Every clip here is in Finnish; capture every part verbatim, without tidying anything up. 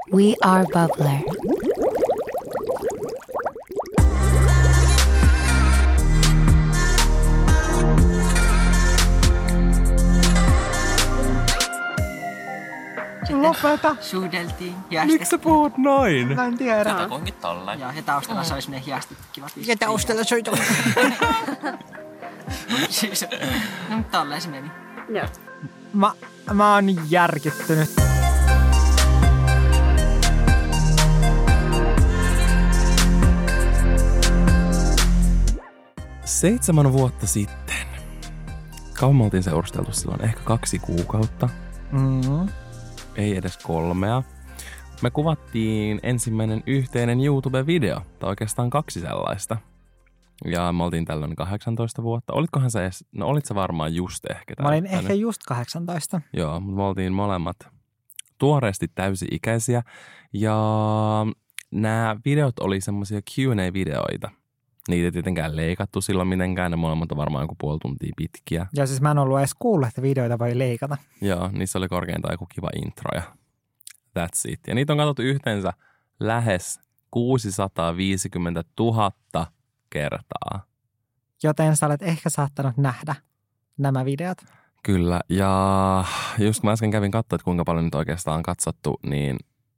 We are Bubbler. Lopeta. Suudeltiin. Miksi sä puhut noin? Mä en tiedä. Tätä kuinkin tolleen. Joo, ja taustalla se olisi ne hiastettu kivat. Ja taustalla se oli Siis, no mutta tolleen se meni. Joo. Mä, mä oon järkyttynyt. Seitsemän vuotta sitten. Kauan me oltiin seurusteltu silloin? Ehkä kaksi kuukautta. Mm-hmm. Ei edes kolmea. Me kuvattiin ensimmäinen yhteinen YouTube-video, tai oikeastaan kaksi sellaista. Ja me oltiin tällöin kahdeksantoista vuotta. Olitkohan sä edes, no olit sä varmaan just ehkä Mä olin ehkä just kahdeksantoista. Joo, mutta me oltiin molemmat tuoreesti täysi-ikäisiä. Ja nämä videot oli semmoisia Q and A-videoita. Niitä ei tietenkään leikattu silloin mitenkään. Ne molemmat on varmaan joku puoli tuntia pitkiä. Ja siis mä en ollut edes kuullut, että videoita voi leikata. Joo, niissä oli korkeintaan joku kiva intro ja that's it. Ja niitä on katsottu yhteensä lähes kuusisataaviisikymmentätuhatta kertaa. Joten sä olet ehkä saattanut nähdä nämä videot. Kyllä, ja just kun mä äsken kävin katsoa, että kuinka paljon nyt oikeastaan on katsottu, niin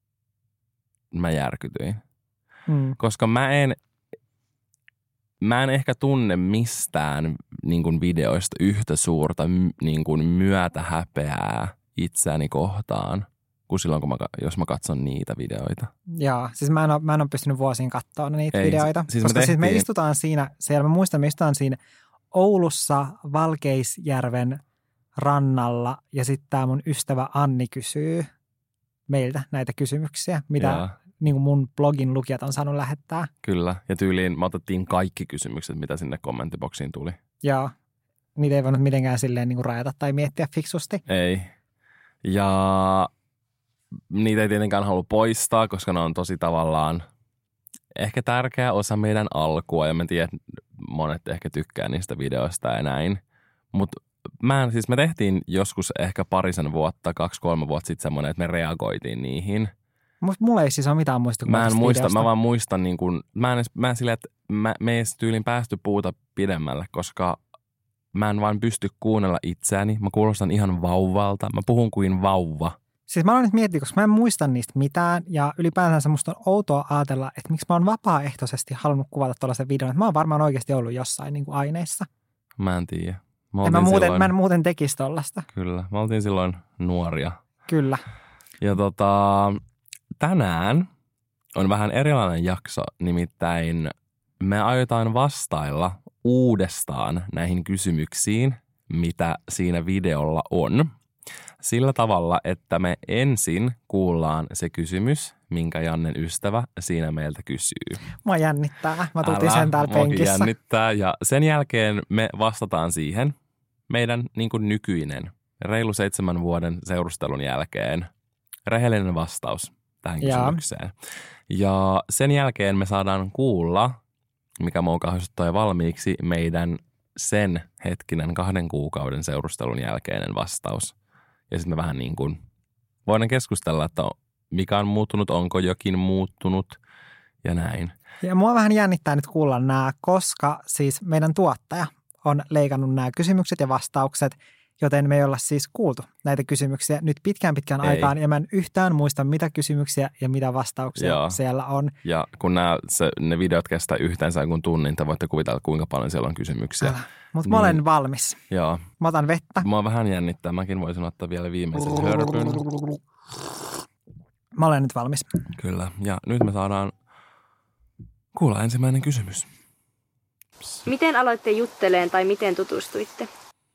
mä järkytyin. Mm. Koska mä en, mä en ehkä tunne mistään niin kuin videoista yhtä suurta niin kuin myötähäpeää itseäni kohtaan, kuin silloin, kun mä, jos mä katson niitä videoita. Joo, siis mä en ole, mä en ole pystynyt vuosiin katsoa niitä Ei, videoita. siis koska me siis me tehtiin... istutaan siinä, siellä mä muistan, me istutaan siinä Oulussa Valkeisjärven rannalla ja sitten tämä mun ystävä Anni kysyy meiltä näitä kysymyksiä, mitä niin kuin mun blogin lukijat on saanut lähettää. Kyllä, ja tyyliin me otettiin kaikki kysymykset, mitä sinne kommenttiboksiin tuli. Joo, niitä ei voinut mitenkään silleen niin kuin rajata tai miettiä fiksusti. Ei, ja niitä ei tietenkään halua poistaa, koska ne on tosi tavallaan ehkä tärkeä osa meidän alkua, ja mä tiedän, että monet ehkä tykkää niistä videoista ja näin. Mutta mä siis me tehtiin joskus ehkä parisen vuotta, kaksi-kolme vuotta sitten semmoinen, että me reagoitiin niihin. Musta mulla ei siis ole mitään muistikuvaa Mä en muista, videosta. mä vaan muistan niin kuin, mä en, mä en silleen, että mä, me ei tyylin päästy puuta pidemmälle, koska mä en vaan pysty kuunnella itseäni. Mä kuulostan ihan vauvalta. Mä puhun kuin vauva. Siis mä oon nyt miettinyt, koska mä en muista niistä mitään ja ylipäätään musta on outoa ajatella, että miksi mä oon vapaaehtoisesti halunnut kuvata tuollaisen videon. Että mä oon varmaan oikeasti ollut jossain niin kuin aineissa. Mä en tiedä. Mä, mä, muuten, silloin, mä en muuten tekisi tollasta. Kyllä, mä oltiin silloin nuoria. Kyllä. Ja tota, tänään on vähän erilainen jakso, nimittäin me aiotaan vastailla uudestaan näihin kysymyksiin, mitä siinä videolla on. Sillä tavalla, että me ensin kuullaan se kysymys, minkä Jannen ystävä siinä meiltä kysyy. Mua jännittää. Mä tultiin sen täällä penkissä. Jännittää. Ja sen jälkeen me vastataan siihen meidän niin kuin nykyinen, reilu seitsemän vuoden seurustelun jälkeen, rehellinen vastaus tähän kysymykseen. Ja, ja sen jälkeen me saadaan kuulla, mikä mua kauhistuttaa valmiiksi, meidän sen hetkinen kahden kuukauden seurustelun jälkeinen vastaus. Ja sitten me vähän niin kuin voidaan keskustella, että mikä on muuttunut, onko jokin muuttunut ja näin. Ja mua vähän jännittää nyt kuulla nämä, koska siis meidän tuottaja on leikannut nämä kysymykset ja vastaukset, joten me ei olla siis kuultu näitä kysymyksiä nyt pitkään pitkään ei. aikaan. Ja mä en yhtään muista, mitä kysymyksiä ja mitä vastauksia Joo. siellä on. Ja kun nämä, se, ne videot kestää yhteensä kun tunnin, te voitte kuvitella, kuinka paljon siellä on kysymyksiä. Mutta mä olen niin, valmis. Joo. Mä otan vettä. Mua vähän jännittää. Mäkin voisin ottaa vielä viimeisen hörpyn. Mä olen nyt valmis. Kyllä. Ja nyt me saadaan kuulla ensimmäinen kysymys. Miten aloitte jutteleen tai miten tutustuitte?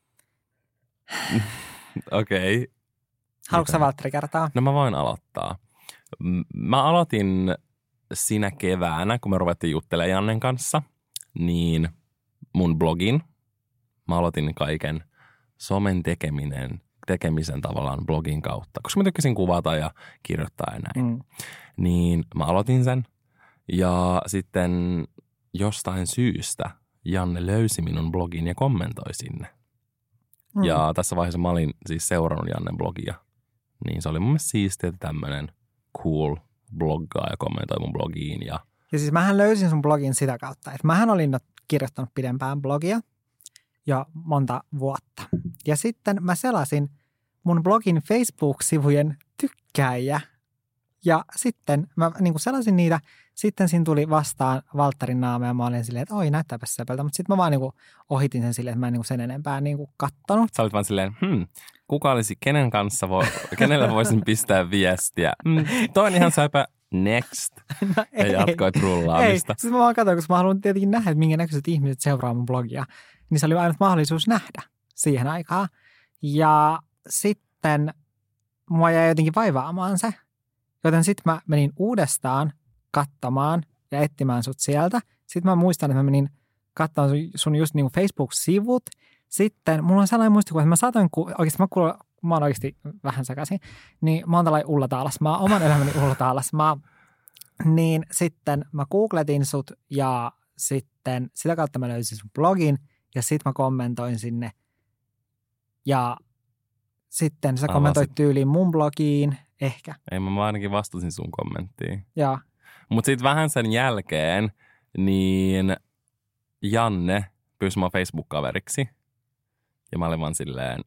Okei. Okay. Haluatko sä Valtteri kertaa? No mä voin aloittaa. Mä aloitin siinä keväänä, kun me ruvettiin juttelemaan Jannen kanssa, niin mun blogin. Mä aloitin kaiken somen tekeminen, tekemisen tavallaan blogin kautta, koska mä tykkäsin kuvata ja kirjoittaa ja näin. Mm. Niin mä aloitin sen ja sitten jostain syystä Janne löysi minun blogin ja kommentoi sinne. Mm. Ja tässä vaiheessa mä olin siis seurannut Jannen blogia. Niin se oli mun mielestä siistiä, että tämmöinen cool bloggaa ja kommentoi mun blogiin. Ja, ja siis mähän löysin sun blogin sitä kautta, että mähän olin kirjoittanut pidempään blogia jo monta vuotta. Ja sitten mä selasin mun blogin Facebook-sivujen tykkääjiä. Ja sitten mä niin kuin selasin niitä. Sitten siinä tuli vastaan Valtterin naama ja mä olin silleen, että oi näyttääpä sepeltä. Mutta sitten mä vaan niin kuin ohitin sen silleen, että mä en niin kuin sen enempää niin kuin kattonut. Sä olit vaan silleen, hmm, kuka olisi, kenen kanssa, vo, kenelle voisin pistää viestiä? Hmm, toi on ihan säpä next. No ja ei, jatkoit rullaamista. Ei, siis mä vaan katsoin, koska mä haluan tietenkin nähdä, että minkä näköiset ihmiset seuraa mun blogia. Niin se oli ainut mahdollisuus nähdä siihen aikaan. Ja sitten mua jäi jotenkin vaivaamaan se. Joten sitten mä menin uudestaan katsomaan ja etsimään sut sieltä. Sitten mä muistan, että mä menin katsomaan sun just niin kuin Facebook-sivut. Sitten mulla on sellainen muistikuva, että mä saatoin, ku- oikeasti mä, kuulen, mä oon oikeasti vähän sekaisin, niin mä oon tällainen Ulla Taalasmaa, oman elämäni Ulla Taalasmaa. Niin sitten mä googletin sut ja sitten sitä kautta mä löysin sun blogin ja sitten mä kommentoin sinne. Ja sitten sä Avasit. kommentoit tyyliin mun blogiin, ehkä. Ei, mä ainakin vastasin sun kommenttiin. Joo. Mutta sitten vähän sen jälkeen, niin Janne pyysi mua Facebook-kaveriksi. Ja mä olin vaan silleen,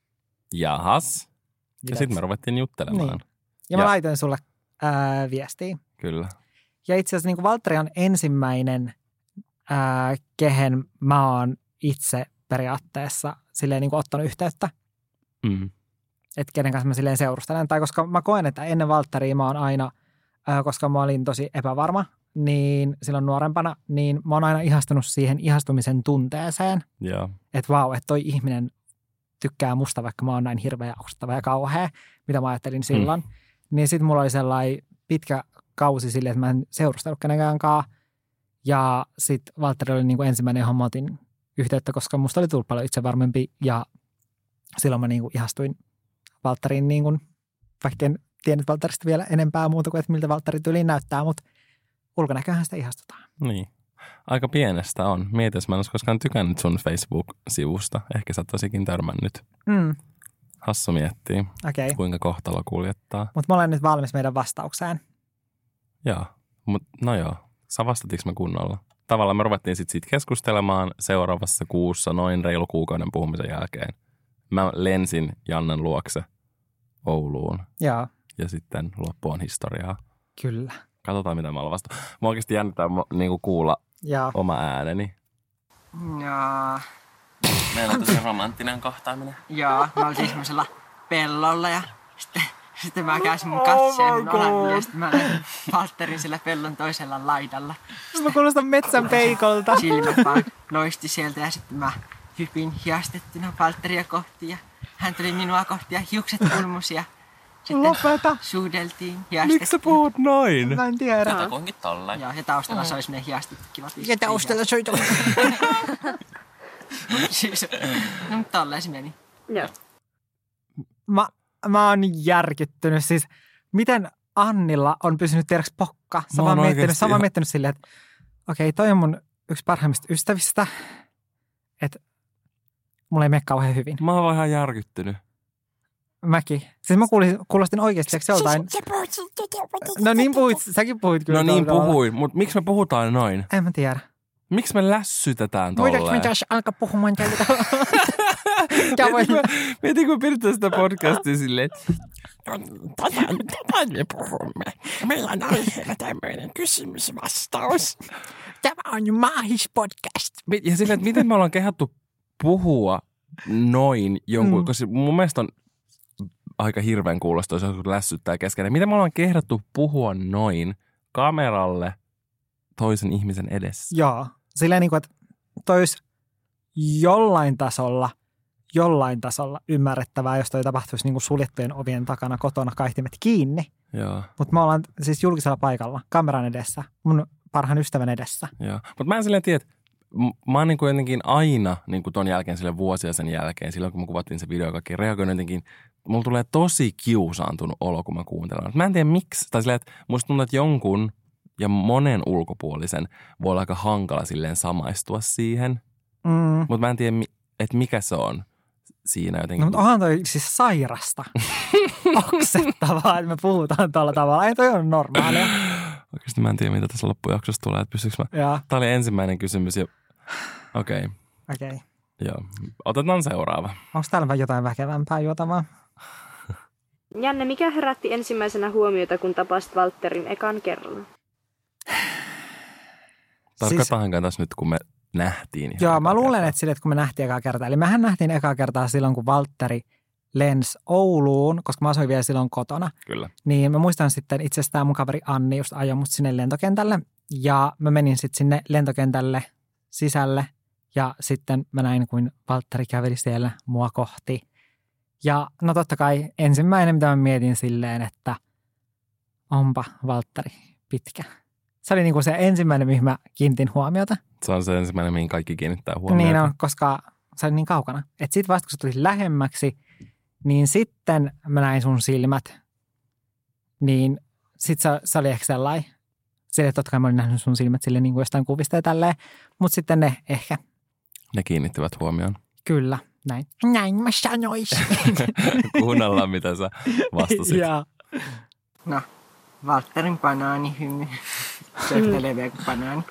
jahas. Ja sitten me ruvettiin juttelemaan. Niin. Ja, ja mä laitoin sulle ää, viestiä. Kyllä. Ja itse asiassa niin kuin Valtteri on ensimmäinen, ää, kehen mä oon itse periaatteessa silleen niin kuin ottanut yhteyttä. Mm. Että kenen kanssa mä silleen seurustelen. Tai koska mä koen, että ennen Valtteria mä oon aina, ää, koska mä olin tosi epävarma, niin silloin nuorempana, niin mä oon aina ihastunut siihen ihastumisen tunteeseen. Joo. Että vau, että toi ihminen tykkää musta, vaikka mä oon näin hirveä austava ja kauhea, mitä mä ajattelin silloin. Mm. Niin sit mulla oli sellainen pitkä kausi silleen, että mä en seurustellut kenenkään kanssa. Ja sit Valtteri oli niin kuin ensimmäinen, johon mä otin yhteyttä, koska musta oli tullut paljon itsevarmempi. Ja silloin mä niin kuin ihastuin Valtteriin, niin kuin, vaikka en tiennyt Valtterista vielä enempää muuta kuin, että miltä Valtteri tyyliin näyttää, mutta ulkonäköhän sitä ihastutaan. Niin. Aika pienestä on. Mieti, jos mä en olisi koskaan tykännyt sun Facebook-sivusta. Ehkä sä oot tosikin törmännyt. Mm. Hassu miettii, okay. kuinka kohtalo kuljettaa. Mutta mä olen nyt valmis meidän vastaukseen. Joo, mutta no joo. Sä vastatitko mä kunnolla? Tavallaan me ruvettiin sitten siitä keskustelemaan seuraavassa kuussa noin reilu kuukauden puhumisen jälkeen. Mä lensin Jannen luokse Ouluun. Joo. Ja sitten loppu on historiaa. Kyllä. Katsotaan, mitä mä olen vasta. Mä oikeasti jännittää niin kuulla Joo. oma ääneni. Joo. Meillä on tosi romanttinen kohtaaminen. Joo, mä oltiin semmoisella pellolla ja sitten, sitten mä käsin mun katseen mun olannin ja sitten mä olin Valtterin sillä pellon toisella laidalla. Mä kuulostan metsän peikolta. Silmät vaan loisti sieltä ja sitten mä hypin hiastettuna Valtteria kohti ja hän tuli minua kohti ja hiukset kulmusi ja sitten Lopeta. suudeltiin hiastettiin. Miksi sä puhut noin? Mä en tiedä. Tätä kuitenkin tollain. Joo, ja taustalla se olisi ne hiastettu kivat. Ja taustalla soi tuolla. Siis, no mutta tolleen se meni. Joo. Mä, mä oon järkyttynyt. Siis miten Annilla on pysynyt tiedäks pokka? Sä vaan miettinyt, sä vaan miettinyt silleen, että okei, okay, toi on mun yksi parhaimmista ystävistä. Että mulla ei mene kauhean hyvin. Mä oon vaan ihan järkyttynyt. Mäkin. Siis mä kuulin, kuulostin oikeasti joltain. No niin puhuit, säkin puhuit kyllä. No niin puhuin, mutta miksi me puhutaan noin? En mä tiedä. Miksi me lässytetään tolleen? Voidaanko me taas alkaa puhumaan tällä? Mietin, kun pidetään sitä podcastia silleen, tänään me puhumme. Meillä on aiheena tämmöinen kysymys-vastaus. Tämä on Maahis-podcast. Ja silleen, että miten me ollaan kehdattu puhua noin jonkun, mm. koska mun mielestä on aika hirveän kuulosta, jos joku lässyttää keskenään. Miten me ollaan kehdattu puhua noin kameralle toisen ihmisen edessä? Joo. Silleen niin kuin, että toi olisi jollain tasolla, jollain tasolla ymmärrettävää, jos toi tapahtuisi niin kuin suljettujen ovien takana kotona kaihtimet kiinni. Joo. Mutta me ollaan siis julkisella paikalla, kameran edessä, mun parhaan ystävän edessä. Joo. Mutta mä en silleen tiedä, että mä oon niin kuin jotenkin aina niin kuin ton jälkeen, sille vuosia sen jälkeen, silloin kun me kuvattiin se video, kaikki reagoin jotenkin, mulla tulee tosi kiusaantunut olo, kun mä kuuntelen. Mä en tiedä miksi, tai silleen, että musta tuntuu, että jonkun ja monen ulkopuolisen voi olla aika hankala silleen samaistua siihen. Mm. Mutta mä en tiedä, että mikä se on. siinä jotenkin. No, mutta onhan toi siis sairasta. Oksettavaa, että me puhutaan tuolla tavalla. Ei toi ole normaalia. Oikeasti mä en tiedä, mitä tässä loppujaksossa tulee, että pystyykö mä. Joo. Tämä oli ensimmäinen kysymys ja okei. Okay. Okei. Okay. Joo. Otetaan seuraava. Onko täällä jotain väkevämpää juotavaa? Janne, mikä herätti ensimmäisenä huomiota, kun tapasit Valtterin ekan kerran? Tarkoitaanko siis, tässä nyt, kun me nähtiin? Joo, mä luulen, että sille, että kun me nähtiin ekaa kertaa. Eli mehän nähtiin ekaa kertaa silloin, kun Valtteri lensi Ouluun, koska mä asuin vielä silloin kotona. Kyllä. Niin mä muistan sitten itsestään mun kaveri Anni just ajoi mut sinne lentokentälle. Ja mä menin sitten sinne lentokentälle sisälle. Ja sitten mä näin, kuin Valtteri käveli siellä mua kohti. Ja no totta kai ensimmäinen, mitä mä mietin silleen, että onpa Valtteri pitkä. Se oli niin kuin se ensimmäinen, mihin mä kiinnitin huomiota. Se on se ensimmäinen, mihin kaikki kiinnittää huomiota. Niin on, koska se oli niin kaukana. Että sitten vasta kun se tuli lähemmäksi, niin sitten mä näin sun silmät. Niin sitten se, se oli ehkä sellainen. Silleen totta kai mä olin nähnyt sun silmät silleen niin kuin jostain kuvista ja tälleen. Mutta sitten ne ehkä. Ne kiinnittivät huomioon. Kyllä, näin. Näin mä sanoisin. Kuunnellaan, mitä sä vastasit. Joo. No, Valtterin banaanihymy. Se on yhtä leveä kuin banaani.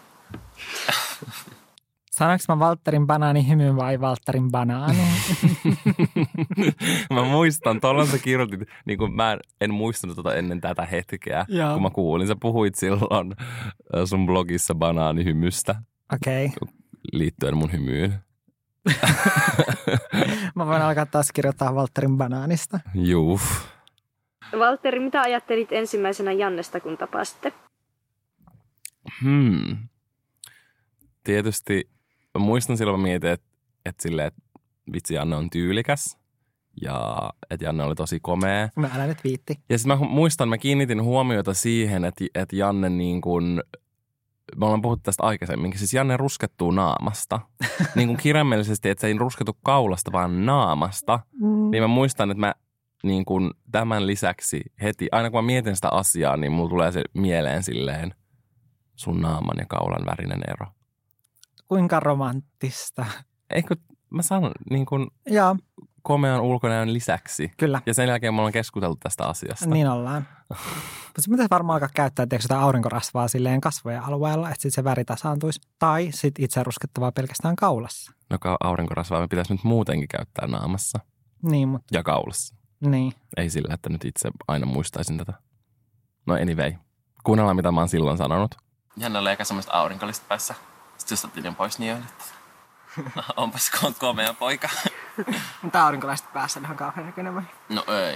Sanoinko mä Valtterin banaanihymy vai Valtterin banaani? Mä muistan, tuolla sä kirjoitit, niin kuin mä en muistanut tota ennen tätä hetkeä, Joo. kun mä kuulin. Sä puhuit silloin sun blogissa banaanihymystä. Okei. Okay. Liittyen mun hymyyn. Mä voin alkaa taas kirjoittaa Valtterin banaanista. Juu. Valtteri, mitä ajattelit ensimmäisenä Jannesta, kun tapasitte? Hmm. Tietysti muistan silloin mietin, että, että, silleen, että vitsi Janne on tyylikäs ja että Janne oli tosi komea. Mä älä nyt viitti. Ja sitten mä muistan, mä kiinnitin huomiota siihen, että, että Janne niin kuin, me ollaan puhuttu tästä aikaisemmin, siis Janne ruskettuu naamasta. Niin kuin kirjaimellisesti, että se ei rusketu kaulasta, vaan naamasta. Mm. Niin mä muistan, että mä niin kuin tämän lisäksi heti, aina kun mä mietin sitä asiaa, niin mulla tulee se mieleen silleen sun naaman ja kaulan värinen ero. Kuinka romanttista. Eikö mä sanon niin kuin Joo. komean ulkonäön lisäksi. Kyllä. Ja sen jälkeen me ollaan keskustellut tästä asiasta. Niin ollaan. Mutta se pitäisi varmaan alkaa käyttää tiedätkö, sitä aurinkorasvaa silleen kasvojen alueella, että sitten se väri tasaantuisi. Tai sitten itse ruskettavaa pelkästään kaulassa. No aurinkorasvaa me pitäisi nyt muutenkin käyttää naamassa. Niin, mutta... Ja kaulassa. Niin. Ei sillä, että nyt itse aina muistaisin tätä. No anyway. Kuunnellaan, mitä mä oon silloin sanonut. Janne oli eikä semmoista aurinkolista päässä. Sitten jos otin pois, niin että no, onpas komea poika. Mutta aurinkolaiset päässä, ne on kauhean näköinen vai? No ei.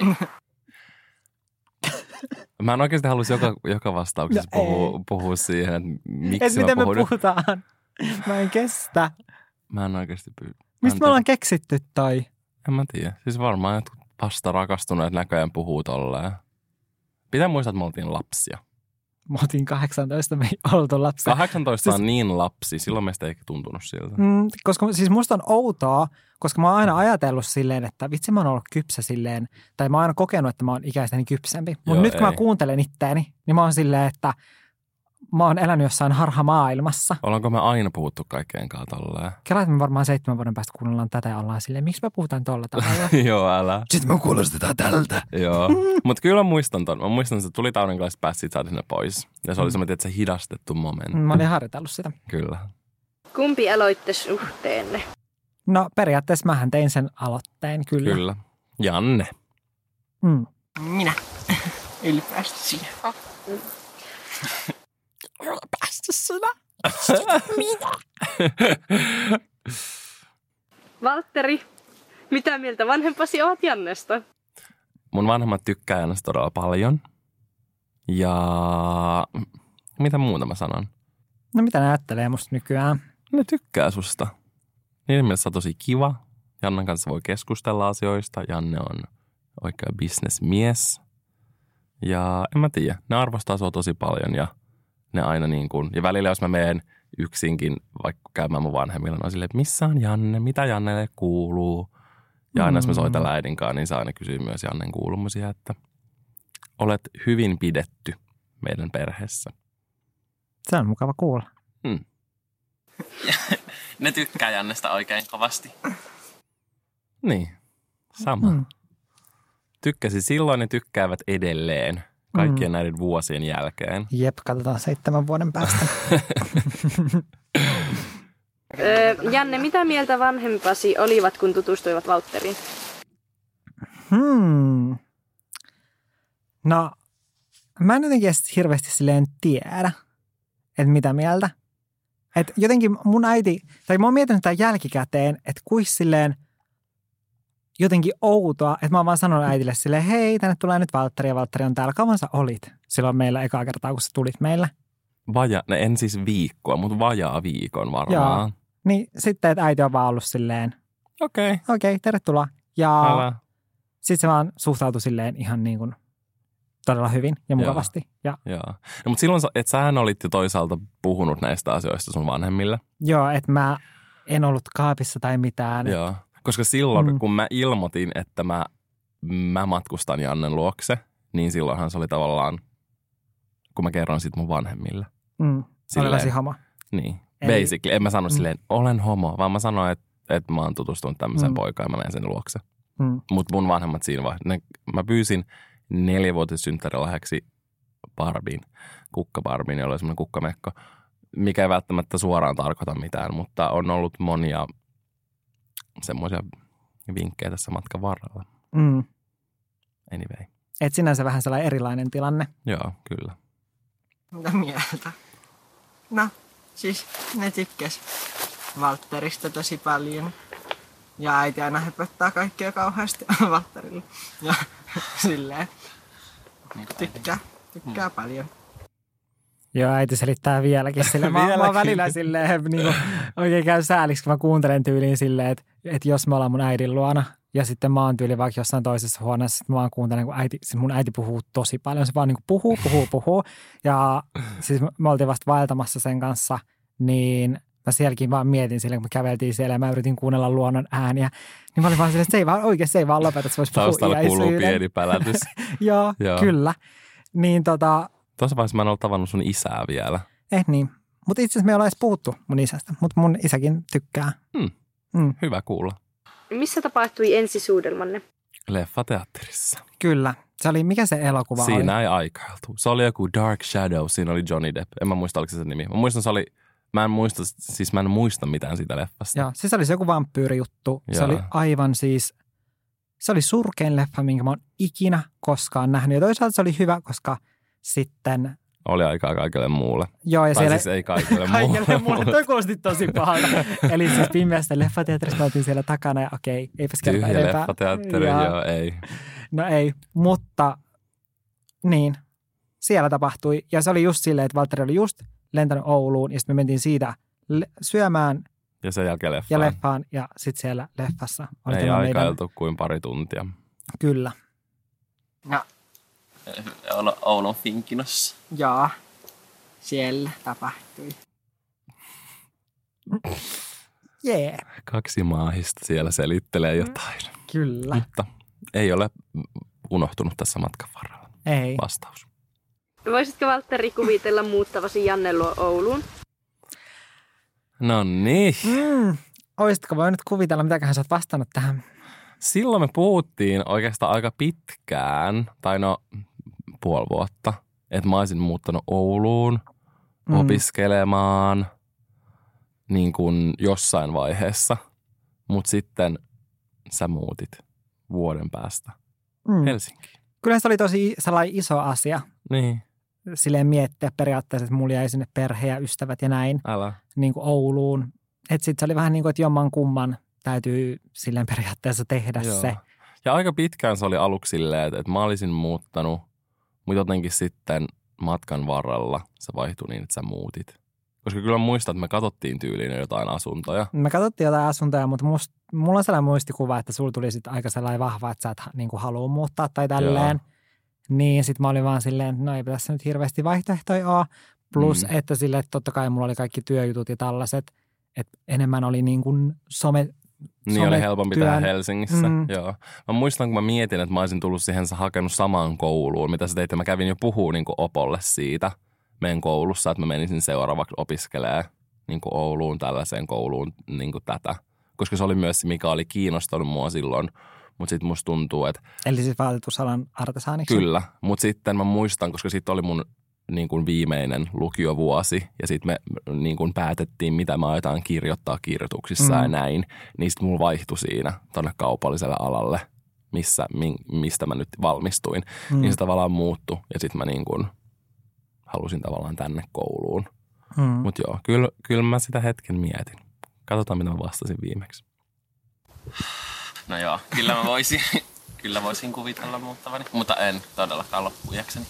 Mä en oikeasti haluaisi joka, joka vastauksessa no puhua, puhua siihen, että miksi Et mä miten puhun. me puhutaan? Mä en kestä. Mä en oikeasti pyydä. Mistä me ollaan keksitty toi? En mä tiedä. Siis varmaan jotkut vasta rakastuneet näköjään puhuu tolleen. Pitää muistaa, että me oltiin lapsia. Mä otin kahdeksantoista, me ei oltu lapsia. kahdeksantoista siis... on niin lapsi, silloin meistä ei tuntunut siltä. Mm, koska siis musta on outoa, koska mä oon aina ajatellut silleen, että vitsi mä oon ollut kypsä silleen, tai mä oon aina kokenut, että mä oon ikäistäni kypsempi. Mutta nyt kun ei. mä kuuntelen itteeni, niin mä oon silleen, että mä oon elänyt jossain harhamaailmassa. Ollaanko me aina puhuttu kaikkeen kanssa tolleen? Kela, että me varmaan seitsemän vuoden päästä kuunnellaan tätä ja ollaan silleen, miksi me puhutaan tolla tavalla? Joo, älä. Sitten me kuulostetaan tältä. Joo, mutta kyllä mä muistan ton. Mä muistan, että tuli aurinkolaiset päästä, sit saatiin ne pois. Ja se oli semmoinen, että se hidastettu momentti. Mä olin harjoitellut sitä. Kyllä. Kumpi aloitte suhteenne? No periaatteessa mähän tein sen aloitteen, kyllä. Kyllä. Janne. Mm. Minä. Ylpeästi sinä. Ylpeästi sinä. Minä. Valtteri, mitä mieltä vanhempasi ovat Jannesta? Mun vanhemmat tykkää Jannesta todella paljon. Ja mitä muuta mä sanon? No mitä ne ajattelee musta nykyään? Ne tykkää susta. Niiden mielestä on tosi kiva. Jannan kanssa voi keskustella asioista. Janne on oikea bisnesmies. Ja en mä tiedä, ne arvostaa sua tosi paljon ja ne aina niin kuin, ja välillä jos mä menen yksinkin vaikka käymään mun vanhemmilla, on silleen, että missä on Janne, mitä Jannelle kuuluu. Ja aina jos mä soitellaan äidin kanssa, niin saa aina kysyä myös Jannen kuulumisia, että olet hyvin pidetty meidän perheessä. Se on mukava kuulla. Hmm. Ne tykkää Jannesta oikein kovasti. Niin. Sama. Mm. Tykkäsi silloin ja tykkäävät edelleen kaikkien mm. näiden vuosien jälkeen. Jep, katsotaan seitsemän vuoden päästä. öö, Janne, mitä mieltä vanhempasi olivat, kun tutustuivat Valtteriin? Hmm. No, mä en jotenkin hirveästi silleen tiedä, että mitä mieltä. Että jotenkin mun äiti, tai mä oon miettinyt tämän jälkikäteen, että kuis silleen jotenkin outoa, että mä oon vaan sanonut äitille silleen, hei, tänne tulee nyt Valtteri ja Valtteri on täällä. Kauan sä olit silloin meillä ekaa kertaa, kun sä tulit meille? Vaja, no en siis viikkoa, mutta vajaa viikon varmaan. Joo. Niin sitten, että äiti on vaan ollut silleen, okei, okay. okei, okay, tervetuloa. Ja Älä. sitten se vaan suhtautui silleen ihan niin kuin todella hyvin ja mukavasti. Joo. Ja. Joo. No, mutta silloin, että sähän olit jo toisaalta puhunut näistä asioista sun vanhemmille. Joo, että mä en ollut kaapissa tai mitään. Joo, koska silloin Mm. kun mä ilmoitin, että mä, mä matkustan Jannen luokse, niin silloinhan se oli tavallaan, kun mä kerron sit mun vanhemmille. Mm. Olevasi homo. Niin, Eli, basically. En mä sano mm. silleen, olen homo, vaan mä sanoin, että, että mä oon tutustunut tämmöiseen Mm. poikaan ja mä menen sen luokse. Mm. Mutta mun vanhemmat siinä vaiheessa, mä pyysin neljävuotissynttärilahjaksi Barbin, kukkabarbin, jolla oli semmoinen kukkamekko, mikä ei välttämättä suoraan tarkoita mitään, mutta on ollut monia semmoisia vinkkejä tässä matkan varrella. Mm. Anyway. Et sinänsä vähän sellainen erilainen tilanne. Joo, kyllä. Mitä mieltä? No, siis ne tykkäs Valtterista tosi paljon. Ja äiti aina höpöttää kaikkea kauheasti Valtterille. Ja silleen tykkää, tykkää mm. paljon. Joo, äiti selittää vieläkin silleen. Mä, mä oon välillä silleen niin kuin, oikein käy sääliksi, kun mä kuuntelen tyyliin silleen, että, että jos me ollaan mun äidin luona ja sitten mä oon tyyli vaikka jossain toisessa huoneessa, mä vaan kuuntelen, kun äiti, siis mun äiti puhuu tosi paljon. Se vaan niin kuin puhuu, puhuu, puhuu. Ja siis me oltiin vasta vaeltamassa sen kanssa, niin mä sielläkin vaan mietin silleen, kun me käveltiin siellä ja mä yritin kuunnella luonnon ääniä. Niin mä olin vaan silleen, että se ei vaan oikeasti, se ei vaan lopeta, että se voisi puhua Taustalla kuuluu iäisyyden. pieni pälätys. Joo, Joo, kyllä. Niin tota... Tuossa vaiheessa mä en ollut tavannut sun isää vielä. Eh niin. Mutta itse asiassa me ollaan edes puhuttu mun isästä, mutta mun isäkin tykkää. Hmm. Mm. Hyvä kuulla. Missä tapahtui ensisuudelmanne? Leffateatterissa. Kyllä. Se oli, mikä se elokuva oli? Siinä ei aikailtu. Se oli joku Dark Shadow, siinä oli Johnny Depp. En mä muista, oliko se sen nimi. Mä muistan, se oli, mä en muista, siis mä en muista mitään siitä leffasta. Joo, siis se oli se joku vampyyrijuttu. Se Joo. oli aivan siis, se oli surkein leffa, minkä mä oon ikinä koskaan nähnyt. Ja toisaalta se oli hyvä, koska sitten... Oli aikaa kaikille muulle. Joo, ja tai siellä... siis ei kaikille muulle. Kaikille muulle. Toi kuulosti tosi pahalta. Eli siis pimeästä leffateatterista oltiin siellä takana ja okei, eipäs kertaa Tyhjä enempää. leffateatteri, Ja- joo, ei. No ei, mutta niin, siellä tapahtui. Ja se oli just silleen, että Valtteri oli just lentänyt Ouluun ja sitten me mentiin siitä le- syömään Ja sen jälkeen leffaan. ja leffaan ja sitten siellä leffassa oli Ei tämä aikailtu kuin pari tuntia. Kyllä. No, Oulun, Oulun Finkinossa. joo. Siellä tapahtui. Jee. Yeah. Kaksi maahista siellä selittelee jotain. Kyllä. Mutta ei ole unohtunut tässä matkan varrella. Ei. Vastaus. Voisitko Valtteri kuvitella muuttavasi Janne luo Ouluun? No niin. Mm. Olisitko voinut kuvitella, mitäköhän sä oot vastannut tähän? Silloin me puhuttiin oikeastaan aika pitkään, tai no puoli vuotta, että mä olisin muuttanut Ouluun Mm. opiskelemaan niin kuin jossain vaiheessa. Mutta sitten sä muutit vuoden päästä Mm. Helsinkiin. Kyllä se oli tosi sellainen iso asia Niin, silleen miettiä periaatteessa, että mulla jäi sinne perhe ja ystävät ja näin älä. niin kuin Ouluun. Että sitten se oli vähän niin kuin, että jomman kumman täytyy silleen periaatteessa tehdä Joo. se. Ja aika pitkään se oli aluksi silleen, että, että mä olisin muuttanut, mutta jotenkin sitten matkan varrella se vaihtui niin, että sä muutit. Koska kyllä muistan, että me katsottiin tyyliin jotain asuntoja. Me katsottiin jotain asuntoja, mutta must, mulla on sellainen muistikuva, että sulla tuli sitten aika sellainen vahva, että sä et niin kuin halua muuttaa tai tälleen. Joo. Niin sitten mä olin vaan silleen, että no ei tässä nyt hirveästi vaihtoehtoja ole. Plus, mm. että silleen, että totta kai mulla oli kaikki työjutut ja tällaiset, että enemmän oli niin kuin some Niin oli helpompi tehdä työn. Helsingissä, Mm. joo. Mä muistan, kun mä mietin, että mä olisin tullut siihen hakenut samaan kouluun, mitä sä teit. Ja mä kävin jo puhua niin kuin Opolle siitä meidän koulussa, että mä menisin seuraavaksi opiskelemaan niin kuin Ouluun tällaiseen kouluun niin kuin tätä. Koska se oli myös se, mikä oli kiinnostanut mua silloin Mutta sitten musta tuntuu, että... Eli siis vaatetusalan artesaaniksi? Kyllä, mutta sitten mä muistan, koska sitten oli mun niin kuin viimeinen lukiovuosi ja sitten me niin kuin päätettiin, mitä mä aiotaan kirjoittaa kirjoituksissa mm. ja näin. Niin sitten mulla vaihtui siinä tonne kaupalliselle alalle, missä, mi, mistä mä nyt valmistuin. Mm. Niin se tavallaan muuttui ja sitten mä niin kuin halusin tavallaan tänne kouluun. Mm. Mutta joo, kyllä, kyllä mä sitä hetken mietin. Katsotaan, mitä mä vastasin viimeksi. No joo, kyllä mä voisin, kyllä voisin kuvitella muuttavani, mutta en todellakaan loppujakseni.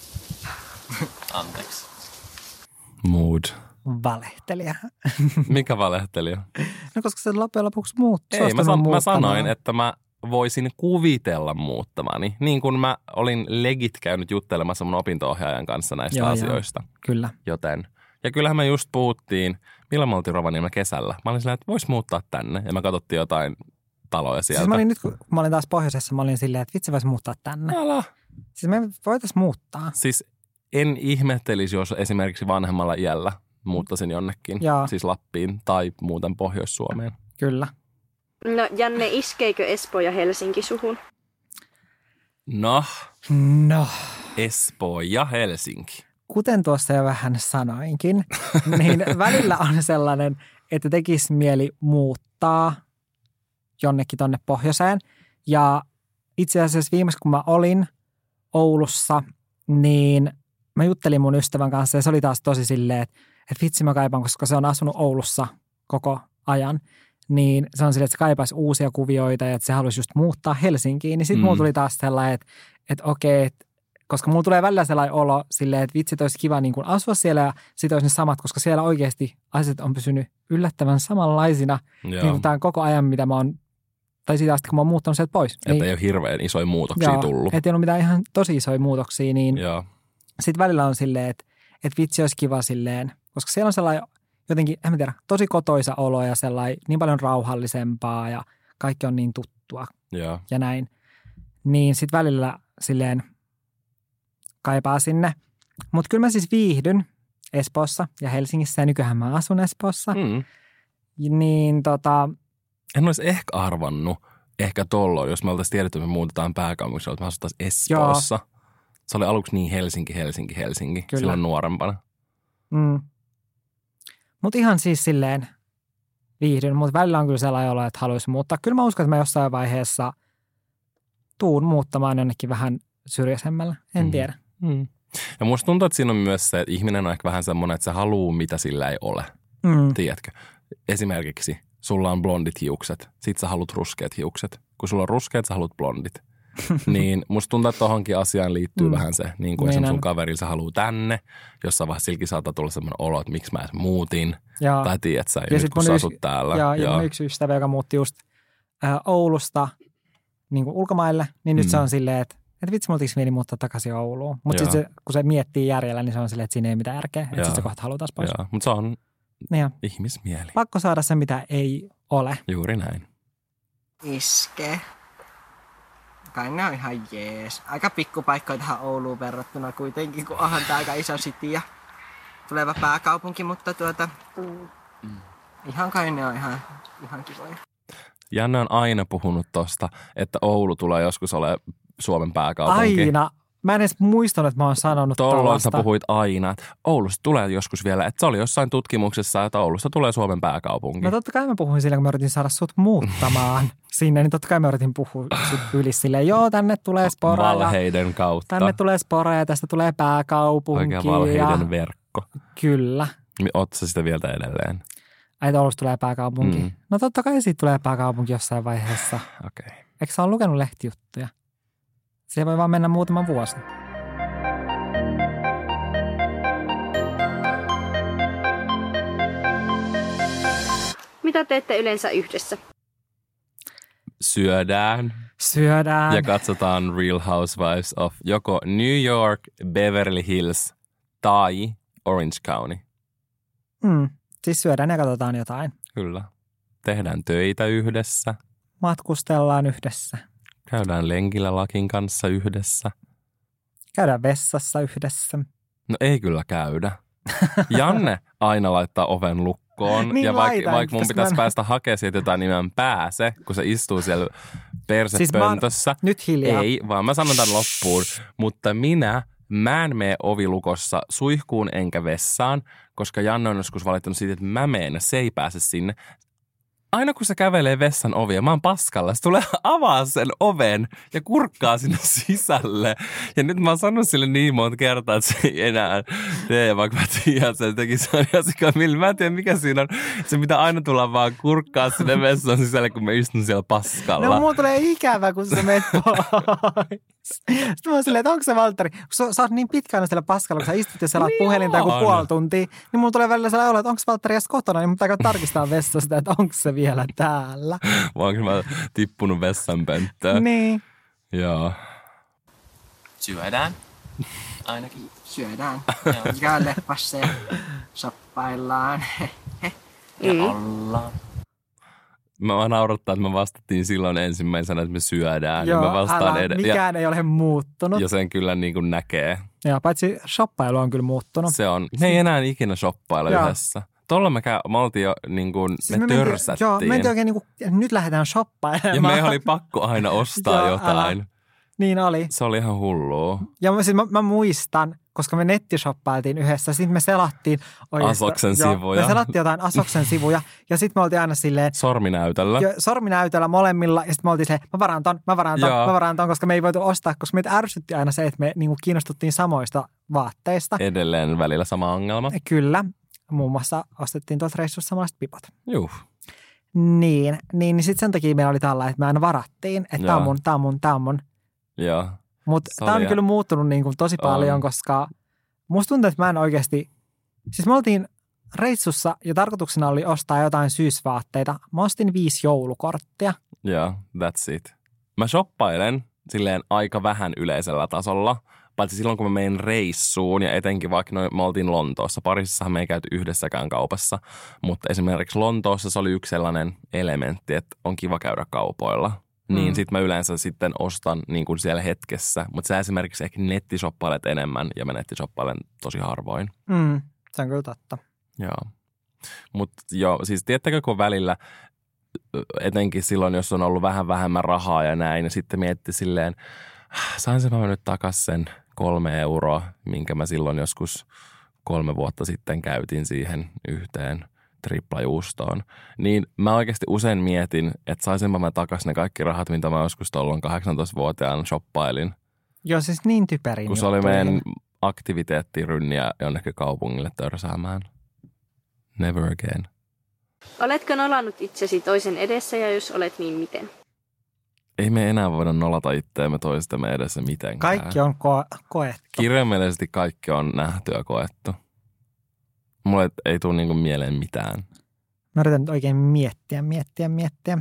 Anteeksi. Mood. Valehtelija. Mikä valehtelija? No koska se loppujen lopuksi muut. Ei, mä, san, mä sanoin, että mä voisin kuvitella muuttamani. Niin kuin mä olin legit käynyt juttelemassa mun opinto-ohjaajan kanssa näistä joo, asioista. Joo. Kyllä. Joten, ja kyllähän me just puhuttiin, milloin me oltiin Rovaniemellä kesällä. Mä olin silleen, että vois muuttaa tänne. Ja me katsottiin jotain taloja sieltä. Siis mä olin nyt, kun mä olin taas pohjoisessa, mä olin silleen, että vitsi vois muuttaa tänne. Älä. Siis me voitais muuttaa. Siis en ihmettelisi, jos esimerkiksi vanhemmalla iällä muuttaisin jonnekin. Joo. Siis Lappiin tai muuten Pohjois-Suomeen. Kyllä. No Janne, iskeikö Espoo ja Helsinki suhun? No. No. Espoo ja Helsinki. Kuten tuossa jo vähän sanoinkin, niin välillä on sellainen, että tekisi mieli muuttaa jonnekin tonne pohjoiseen. Ja itse asiassa viimeksi, kun mä olin Oulussa, niin mä juttelin mun ystävän kanssa ja se oli taas tosi silleen, että, että vitsi mä kaipaan, koska se on asunut Oulussa koko ajan. Niin se on silleen, että se kaipaisi uusia kuvioita ja että se haluaisi just muuttaa Helsinkiin. Niin sitten mm. mulla tuli taas sellainen, että, että okei, että koska mulla tulee välillä sellainen olo silleen, että vitsi, että olisi kiva niin kuin asua siellä ja sitten olisi ne samat, koska siellä oikeasti asiat on pysynyt yllättävän samanlaisina niin kuin tämän koko ajan, mitä mä oon, tai siitä asti, kun mä oon muuttanut sieltä pois. Että niin, ei ole hirveän isoja muutoksia joo, tullut. Että ei ole mitään ihan tosi isoja muutoksia, niin sitten välillä on silleen, että, että vitsi olisi kiva silleen, koska siellä on sellainen jotenkin, en mä tiedä, tosi kotoisa olo ja sellainen niin paljon rauhallisempaa ja kaikki on niin tuttua ja, ja näin. Niin sitten välillä silleen kaipaa sinne. Mutta kyllä mä siis viihdyn Espoossa ja Helsingissä ja nykyään mä asun Espoossa. Mm. Niin tota... En olisi ehkä arvannut ehkä tolloin, jos me oltaisiin tiedetty, että me muutetaan pääkaupungissa, että me asuttaisiin Espoossa. Joo. Se oli aluksi niin Helsinki, Helsinki, Helsinki. Kyllä. Silloin nuorempana. Mm. Mutta ihan siis silleen viihdyn, mutta välillä on kyllä sellainen olo, että haluaisi muuttaa. Kyllä mä uskon, että mä jossain vaiheessa tuun muuttamaan jonnekin vähän syrjäisemmällä. En mm. tiedä. Mm. Ja musta tuntuu, että siinä on myös se, että ihminen on ehkä vähän semmoinen, että se haluaa, mitä sillä ei ole. Mm. Tiedätkö? Esimerkiksi sulla on blondit hiukset, sit sä haluat ruskeat hiukset. Kun sulla on ruskeat, sä haluat blondit. Niin musta tuntuu, että tohonkin asiaan liittyy mm. vähän se, niin kuin esimerkiksi sun kaverilla sä haluaa tänne, jossain vaiheessa silläkin saattaa tulla semmoinen olo, että miksi mä edes muutin. Ja. Tai tiedät sä, ja nyt kun sä asut täällä. Ja, ja mun yksi ystävä, joka muutti just ä, Oulusta niin kuin ulkomaille, niin nyt mm. se on silleen, että että vitsi, multiinko mieli muuttaa takaisin Ouluun. Mutta sitten kun se miettii järjellä, niin se on silleen, että siinä ei mitään järkeä. Että sitten se kohta haluaa taas pois. Mutta se on ja. ihmismieli. Pakko saada se, mitä ei ole. Juuri näin. Iske. Kai ne on ihan jees. Aika pikkupaikkoja tähän Ouluun verrattuna kuitenkin, kun onhan tää aika iso city ja tuleva pääkaupunki, mutta tuota... Mm. Ihan kai ne on ihan, ihan kivoja. Janne on aina puhunut tosta, että Oulu tulee joskus olemaan Suomen pääkaupunki. Aina. Mä en edes muistanut, että mä oon sanonut Tolloin sä puhuit aina, että Oulusta tulee joskus vielä. Että se oli jossain tutkimuksessa, että Oulusta tulee Suomen pääkaupunki. No totta kai mä puhuin sillä, kun mä yritin saada sut muuttamaan sinne. Niin totta kai mä yritin puhua sut yli silleen, joo, tänne tulee Spora. Valheiden kautta. Tänne tulee Spora ja tästä tulee pääkaupunki. Oikein valheiden ja... verkko. Kyllä. Ootko sä sitä vielä edelleen? Ai, että Oulusta tulee pääkaupunki. Mm. No totta kai siitä tulee pääkaupunki jossain vaiheessa. Okei. Okay. Eikö sä ole lukenut lehtijuttuja? Se voi vaan mennä muutama vuosi. Mitä teette yleensä yhdessä? Syödään. Syödään. Ja katsotaan Real Housewives of joko New York, Beverly Hills tai Orange County. Mm, siis syödään ja katsotaan jotain. Kyllä. Tehdään töitä yhdessä. Matkustellaan yhdessä. Käydään lenkillä Lakin kanssa yhdessä. Käydään vessassa yhdessä. No ei kyllä käydä. Janne aina laittaa oven lukkoon. Niin ja vaikka laitan, vaik mun pitäisi mä... päästä hakemaan siitä jotain, niin mä en pääse, kun se istuu siellä persepöntössä. Siis nyt hiljaa. Ei, vaan mä sanon tämän loppuun. Mutta minä, mä en mene ovilukossa suihkuun enkä vessaan, koska Janne on joskus valittanut siitä, että mä menen ja se ei pääse sinne. Aina kun se kävelee vessan ovia, mä oon paskalla, se tulee avaa sen oven ja kurkkaa sinne sisälle. Ja nyt mä oon sanonut sille niin monta kertaa, että se ei enää tee, vaikka mä tiedän, että se teki sen asiakkaan millä. Mä en tiedä, mikä siinä on. Se mitä aina tulla vaan kurkkaa sinne vessan sisälle, kun mä istun siellä paskalla. No mulla tulee ikävä, kun sä menet pois. Sitten mä oon silleen, että onko se Valtteri, kun sä, sä oot niin pitkään siellä paskalla, kun sä istut ja selaat niin puhelinta joku puoli tuntia, niin mulla tulee välillä sellainen olo, että onko Valtteri edes kotona, niin mun pitää tarkistaa vessasta, että onko se vielä täällä. Vai onko mä tippunut vessanpönttöön? Niin. Joo. Syödään. Ainakin. Syödään. Ja lepassa ja shoppaillaan. Ja ollaan. Mä vaan naurattaa, että me vastattiin silloin ensimmäisenä, että me syödään. Joo, ja mä vastaan älä, ed- mikään ja, ei ole muuttunut. ja sen kyllä niin kuin näkee. Joo, paitsi shoppailu on kyllä muuttunut. Se on. Me ei enää ikinä shoppailla Joo. yhdessä. Tuolla me, käy, me oltiin jo niin kuin, Siis me, me törsättiin. Mentiin, joo, mentiin oikein niin kuin, nyt lähdetään shoppailemaan. Ja meidän oli pakko aina ostaa Joo, jotain. älä. Niin oli. Se oli ihan hullua. Ja mä, siis mä, mä muistan, koska me nettishoppailtiin yhdessä, sitten me selattiin oikeastaan, Asoksen joo, sivuja. Me selattiin jotain Asoksen sivuja ja sitten me oltiin aina silleen Sorminäytöllä. jo, sorminäytöllä molemmilla ja sitten me oltiin silleen, mä varaan ton, mä varaan ton, Joo. mä varaan ton, koska me ei voitu ostaa, koska meitä ärsytti aina se, että me niinku kiinnostuttiin samoista vaatteista. Edelleen välillä sama ongelma. Kyllä. Muun muassa ostettiin tuolta reissussa samanlaiset pipot. Juh. Niin, niin, niin sitten sen takia meillä oli tällä, että me aina varattiin, että tää on Joo. mun, tää on mun, tää on mun. Joo. Mutta Se tämä on oli kyllä ihan- muuttunut niin kuin tosi paljon, On. koska musta tuntuu, että mä en oikeasti... Siis me oltiin reissussa ja tarkoituksena oli ostaa jotain syysvaatteita. Mä ostin viisi joulukorttia. Joo, that's it. Mä shoppailen silleen aika vähän yleisellä tasolla, paitsi silloin kun mä menin reissuun ja etenkin vaikka no, me oltiin Lontoossa. Pariisissahan me ei käyty yhdessäkään kaupassa, mutta esimerkiksi Lontoossa se oli yksi sellainen elementti, että on kiva käydä kaupoilla. Niin Mm. sit mä yleensä sitten ostan niin kuin siellä hetkessä, mutta sä esimerkiksi ehkä nettishoppailet enemmän ja mä nettishoppailen tosi harvoin. Mm, se on kyllä totta. Joo. Mutta joo, siis tiedättekö, kun välillä, etenkin silloin, jos on ollut vähän vähemmän rahaa ja näin, ja sitten mietti silleen, sainko mä nyt takas sen kolme euroa, minkä mä silloin joskus kolme vuotta sitten käytin siihen yhteen triplajuustoon. Niin mä oikeasti usein mietin, että saisinpa mä takas ne kaikki rahat, mitä mä joskus tuolloin kahdeksantoistavuotiaan shoppailin. Joo, siis niin typerin Kun se oli juttuja. meidän aktiviteettirynniä jonnekin kaupungille törsäämään. Never again. Oletko nolannut itsesi toisen edessä ja jos olet, niin miten? Ei me enää voida nolata itseämme toistemme edessä mitenkään. Kaikki on ko- koettu. Kirjaimellisesti kaikki on nähty ja koettu. Mulle ei tule niinku mieleen mitään. Mä yritän nyt oikein miettiä, miettiä, miettiä.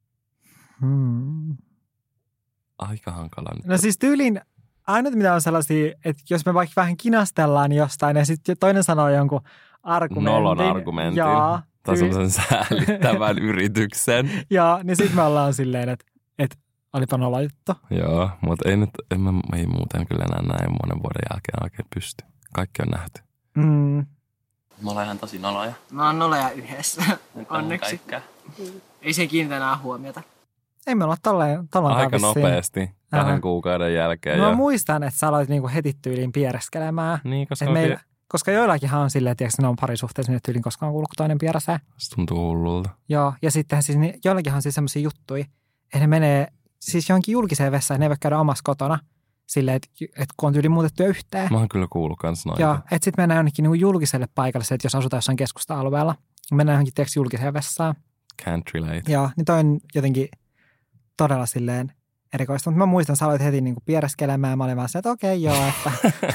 Hmm. Aika hankala nyt. No siis tyylin, ainut mitä on sellaisia, että jos me vaikka vähän kinastellaan jostain ja sitten toinen sanoo jonkun argumentin. Nolon argumentin. Jaa, Tai tyy- semmoisen säälittävän yrityksen. Jaa, niin sitten me ollaan silleen, että, että olipa nolla juttu. Joo, mutta ei nyt, en mä, ei muuten kyllä enää näin monen vuoden jälkeen oikein pysty. Kaikki on nähty. Mm. Me ollaan ihan tosi noloja. Mä oon noloja yhdessä. Nyt on Onneksi. kaikkea. Ei se kiinnitä enää huomiota. Ei me olla tolleen, tolleen Aika vissiin. nopeasti, kahden Aha. kuukauden jälkeen. Mä ja... muistan, että sä aloit niinku heti tyyliin piereskelemään. Niin, koska, Et meillä... meillä, koska joillakinhan on silleen, että ne on parisuhteessa, niin tyyliin koskaan kuullut, kun toinen pieräsee. se tuntuu hullulta. Joo, ja sittenhän siis ni- joillakinhan on siis semmoisia juttuja, että ne menee siis johonkin julkiseen vessaan, ne ei voi käydä omassa kotona silleen, että, että kun on tyyliin muutettu yhteen. Mä oon kyllä kuullut kans noita. Joo, että sitten mennään jonnekin niinku julkiselle paikalle, se, että jos asutaan jossain keskusta-alueella, mennään johonkin tiedätkö, julkiseen vessaan. Can't relate. Joo, niin toi on jotenkin todella silleen erikoista. Mutta mä muistan, sä aloit heti niinku piereskelemään. Mä olin vaan se, että okei, okay, joo, että,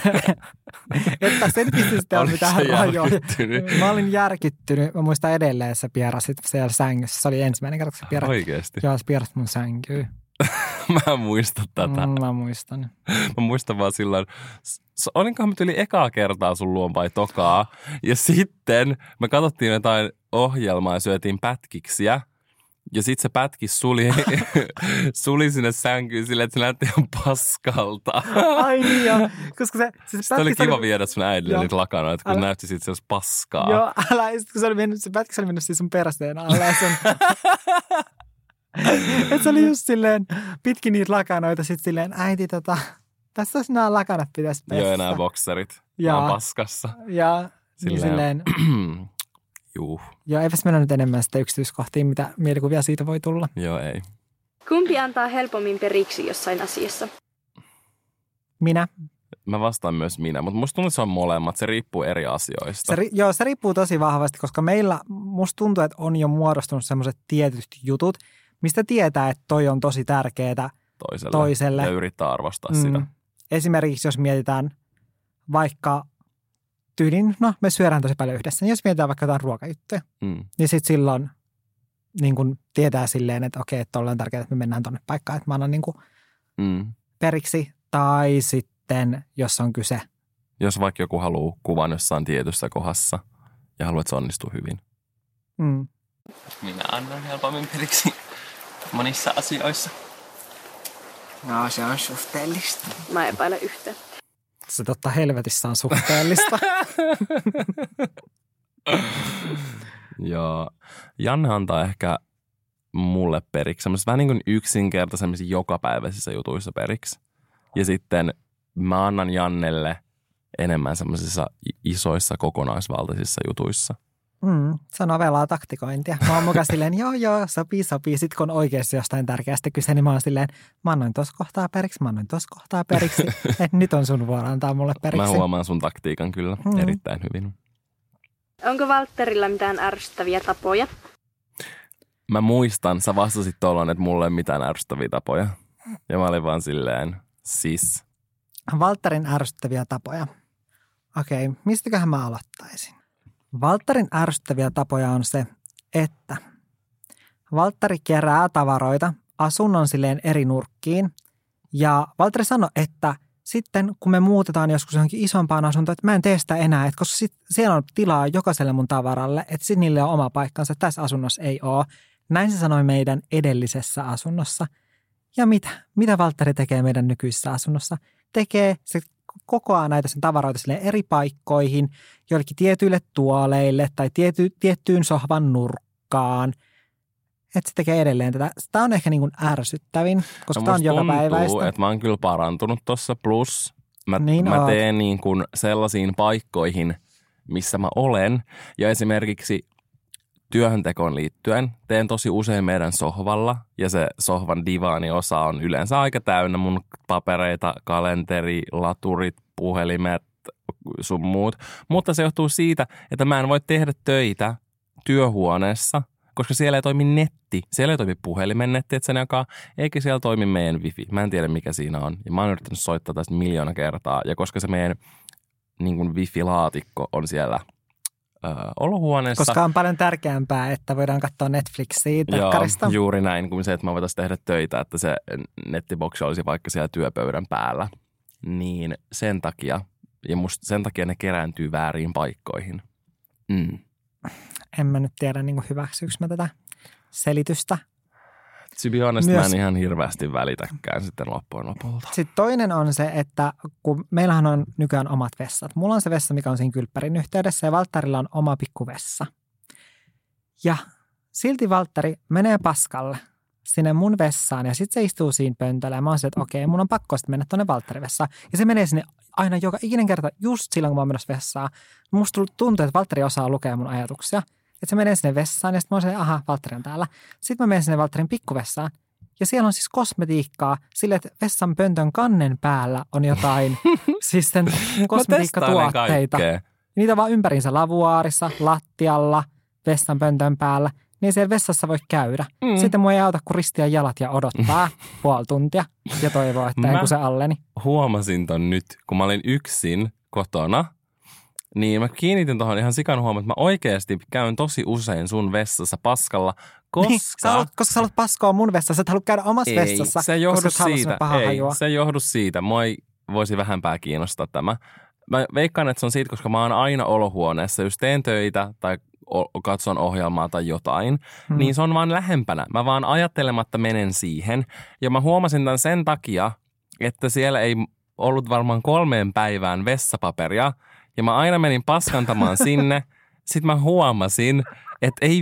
että se nyt sitten on Oliko mitään se rajoja. järkyttynyt? Mä olin järkyttynyt. Mä muistan edelleen, että sä pierasit siellä sängyssä. Se oli ensimmäinen kerta, kun sä pierasit. Oikeesti. Joo, sä pierasit mun sänkyyn. Mä en muista tätä. Mm, mä muistan. Mä muistan vaan silloin, s- olinkohan me yli ekaa kertaa sun luon vai tokaa. Ja sitten me katsottiin jotain ohjelmaa ja syötiin pätkiksiä. Ja sit se pätkis suli, suli sinne sänkyyn silleen, että se näytti ihan paskalta. Ai niin joo, koska se... se Sitten oli pätkis kiva viedä sun äidille Joo. niitä lakanoita, että kun Älä- näytti sit sellaista paskaa. Joo, älä, ja sit kun se oli mennyt, se pätkissä oli mennyt siis sun perseen alle. Ja sun, Et se oli just silleen pitkin niitä lakanoita sit silleen, äiti tota, tässä olisi nämä lakanat pitäisi pestä. Joo, nämä bokserit. Ja, vaan paskassa. Ja silleen, silleen juu. Joo, eipäs mennä nyt enemmän sitten yksityiskohtiin, mitä mielikuvia siitä voi tulla. Joo, ei. Kumpi antaa helpommin periksi jossain asiassa? Minä. Mä vastaan myös minä, mutta musta tuntuu, että se on molemmat. Se riippuu eri asioista. Se, joo, se riippuu tosi vahvasti, koska meillä musta tuntuu, että on jo muodostunut sellaiset tietyt jutut, mistä tietää, että toi on tosi tärkeää toiselle. toiselle. Ja yrittää arvostaa mm. sitä. Esimerkiksi jos mietitään vaikka tyylin, no me syödään tosi paljon yhdessä, niin jos mietitään vaikka jotain ruokajuttuja, mm. niin sitten silloin niin kun tietää silleen, että okei, että on tärkeää, että me mennään tonne paikkaan, että mä annan niin kun mm. periksi. Tai sitten, jos on kyse. Jos vaikka joku haluaa kuvan jossain tietyssä kohdassa ja haluaa, että se onnistuu hyvin. Mm. Minä annan helpommin periksi monissa asioissa. No, se on suhteellista. Mä epäilen yhtään. Se totta helvetissä on suhteellista. Joo. Janne antaa ehkä mulle periksi semmoisessa vähän niin kuin yksinkertaisemmissa jokapäiväisissä jutuissa periksi. Ja sitten mä annan Jannelle enemmän semmoisissa isoissa kokonaisvaltaisissa jutuissa. Mm, se on ovelaa taktikointia. Mä oon mukaan silleen, joo joo, sopii, sopii. Sitten kun on oikeasti jostain tärkeästä kyse, niin mä oon silleen, mä annoin tossa kohtaa periksi, mä annoin tossa kohtaa periksi. Että nyt on sun vuoro antaa mulle periksi. Mä huomaan sun taktiikan kyllä mm. erittäin hyvin. Onko Valtterilla mitään ärsyttäviä tapoja? Mä muistan, sä vastasit tuolloin, että mulla ei mitään ärsyttäviä tapoja. Ja mä olin vaan silleen, siis. Valtterin ärsyttäviä tapoja. Okei, mistäköhän mä aloittaisin? Valtterin ärsyttäviä tapoja on se, että Valtteri kerää tavaroita asunnon silleen eri nurkkiin. Ja Valtteri sanoi, että sitten kun me muutetaan joskus johonkin isompaan asuntoon, että mä en tee sitä enää, että koska sit siellä on tilaa jokaiselle mun tavaralle, että sitten niille on oma paikkansa, tässä asunnossa ei ole. Näin se sanoi meidän edellisessä asunnossa. Ja mitä? Mitä Valtteri tekee meidän nykyisessä asunnossa? Tekee, se kokoaa näitä sen tavaroita sille eri paikkoihin, joillekin tietyille tuoleille tai tiety, tiettyyn sohvan nurkkaan. Että se tekee edelleen tätä. Tämä on ehkä niin kuin ärsyttävin, koska no tämä on jokapäiväistä. Tuntuu, että mä oon kyllä parantunut tuossa. Plus mä, niin mä teen niin kuin sellaisiin paikkoihin, missä mä olen. Ja esimerkiksi työhöntekoon liittyen teen tosi usein meidän sohvalla. Ja se sohvan divaaniosa on yleensä aika täynnä mun papereita, kalenteri, laturit, puhelimet, sun muut. Mutta se johtuu siitä, että mä en voi tehdä töitä työhuoneessa, koska siellä ei toimi netti. Siellä ei toimi puhelimen netti, että sen jakaa, eikä siellä toimi meidän wifi. Mä en tiedä, mikä siinä on. Ja mä oon yrittänyt soittaa tästä miljoona kertaa. Ja koska se meidän niin kuin wifi-laatikko on siellä ö, olohuoneessa. Koska on paljon tärkeämpää, että voidaan katsoa Netflixiä telkkarista. Joo, juuri näin kuin se, että mä voitaisiin tehdä töitä, että se nettiboksi olisi vaikka siellä työpöydän päällä. Niin sen takia, ja musta sen takia ne kerääntyy vääriin paikkoihin. Mm. En mä nyt tiedä, niin kuin hyväksyykö mä tätä selitystä. To be honest, Myös... mä en ihan hirveästi välitäkään sitten loppujen lopulta. Sitten toinen on se, että kun meillähän on nykyään omat vessat. Mulla on se vessa, mikä on siinä kylppärin yhteydessä ja Valtterilla on oma pikkuvessa. Ja silti Valtteri menee paskalle sinne mun vessaan ja sitten se istuu siinä pöntöllä ja mä oon se, että okei, mun on pakko sitten mennä tuonne Valtterin vessaan. Ja se menee sinne aina joka ikinen kerta just silloin, kun mä oon menossa vessaan. Musta tuntuu, että Valtteri osaa lukea mun ajatuksia. Että se menee sinne vessaan ja sitten mä oon se, aha, Valtteri on täällä. Sitten mä menen sinne Valtterin pikkuvessaan ja siellä on siis kosmetiikkaa sille, että vessan pöntön kannen päällä on jotain siis sen kosmetiikkatuotteita. Niitä on vaan ympäriinsä lavuaarissa, lattialla, vessan pöntön päällä. Niin siellä vessassa voi käydä. Mm. Sitten mua ei auta kuin ristiä jalat ja odottaa puoli tuntia ja toivoa, että en kuse alleni. Huomasin ton nyt, kun mä olin yksin kotona, niin mä kiinnitin tuohon ihan sikan huomioon, että mä oikeasti käyn tosi usein sun vessassa paskalla, koska... Niin, sä haluat, koska sä haluat paskoa mun vessassa, että haluat käydä omassa ei, vessassa, se johdu koska siitä. Ei, hajua. Se johdu siitä. Mua ei voisi vähempää kiinnostaa tämä. Mä veikkaan, että se on siitä, koska mä oon aina olohuoneessa, jos teen töitä tai katson ohjelmaa tai jotain, hmm. niin se on vaan lähempänä. Mä vaan ajattelematta menen siihen. Ja mä huomasin tämän sen takia, että siellä ei ollut varmaan kolmeen päivään vessapaperia. Ja mä aina menin paskantamaan sinne. Sitten mä huomasin, että ei vittu.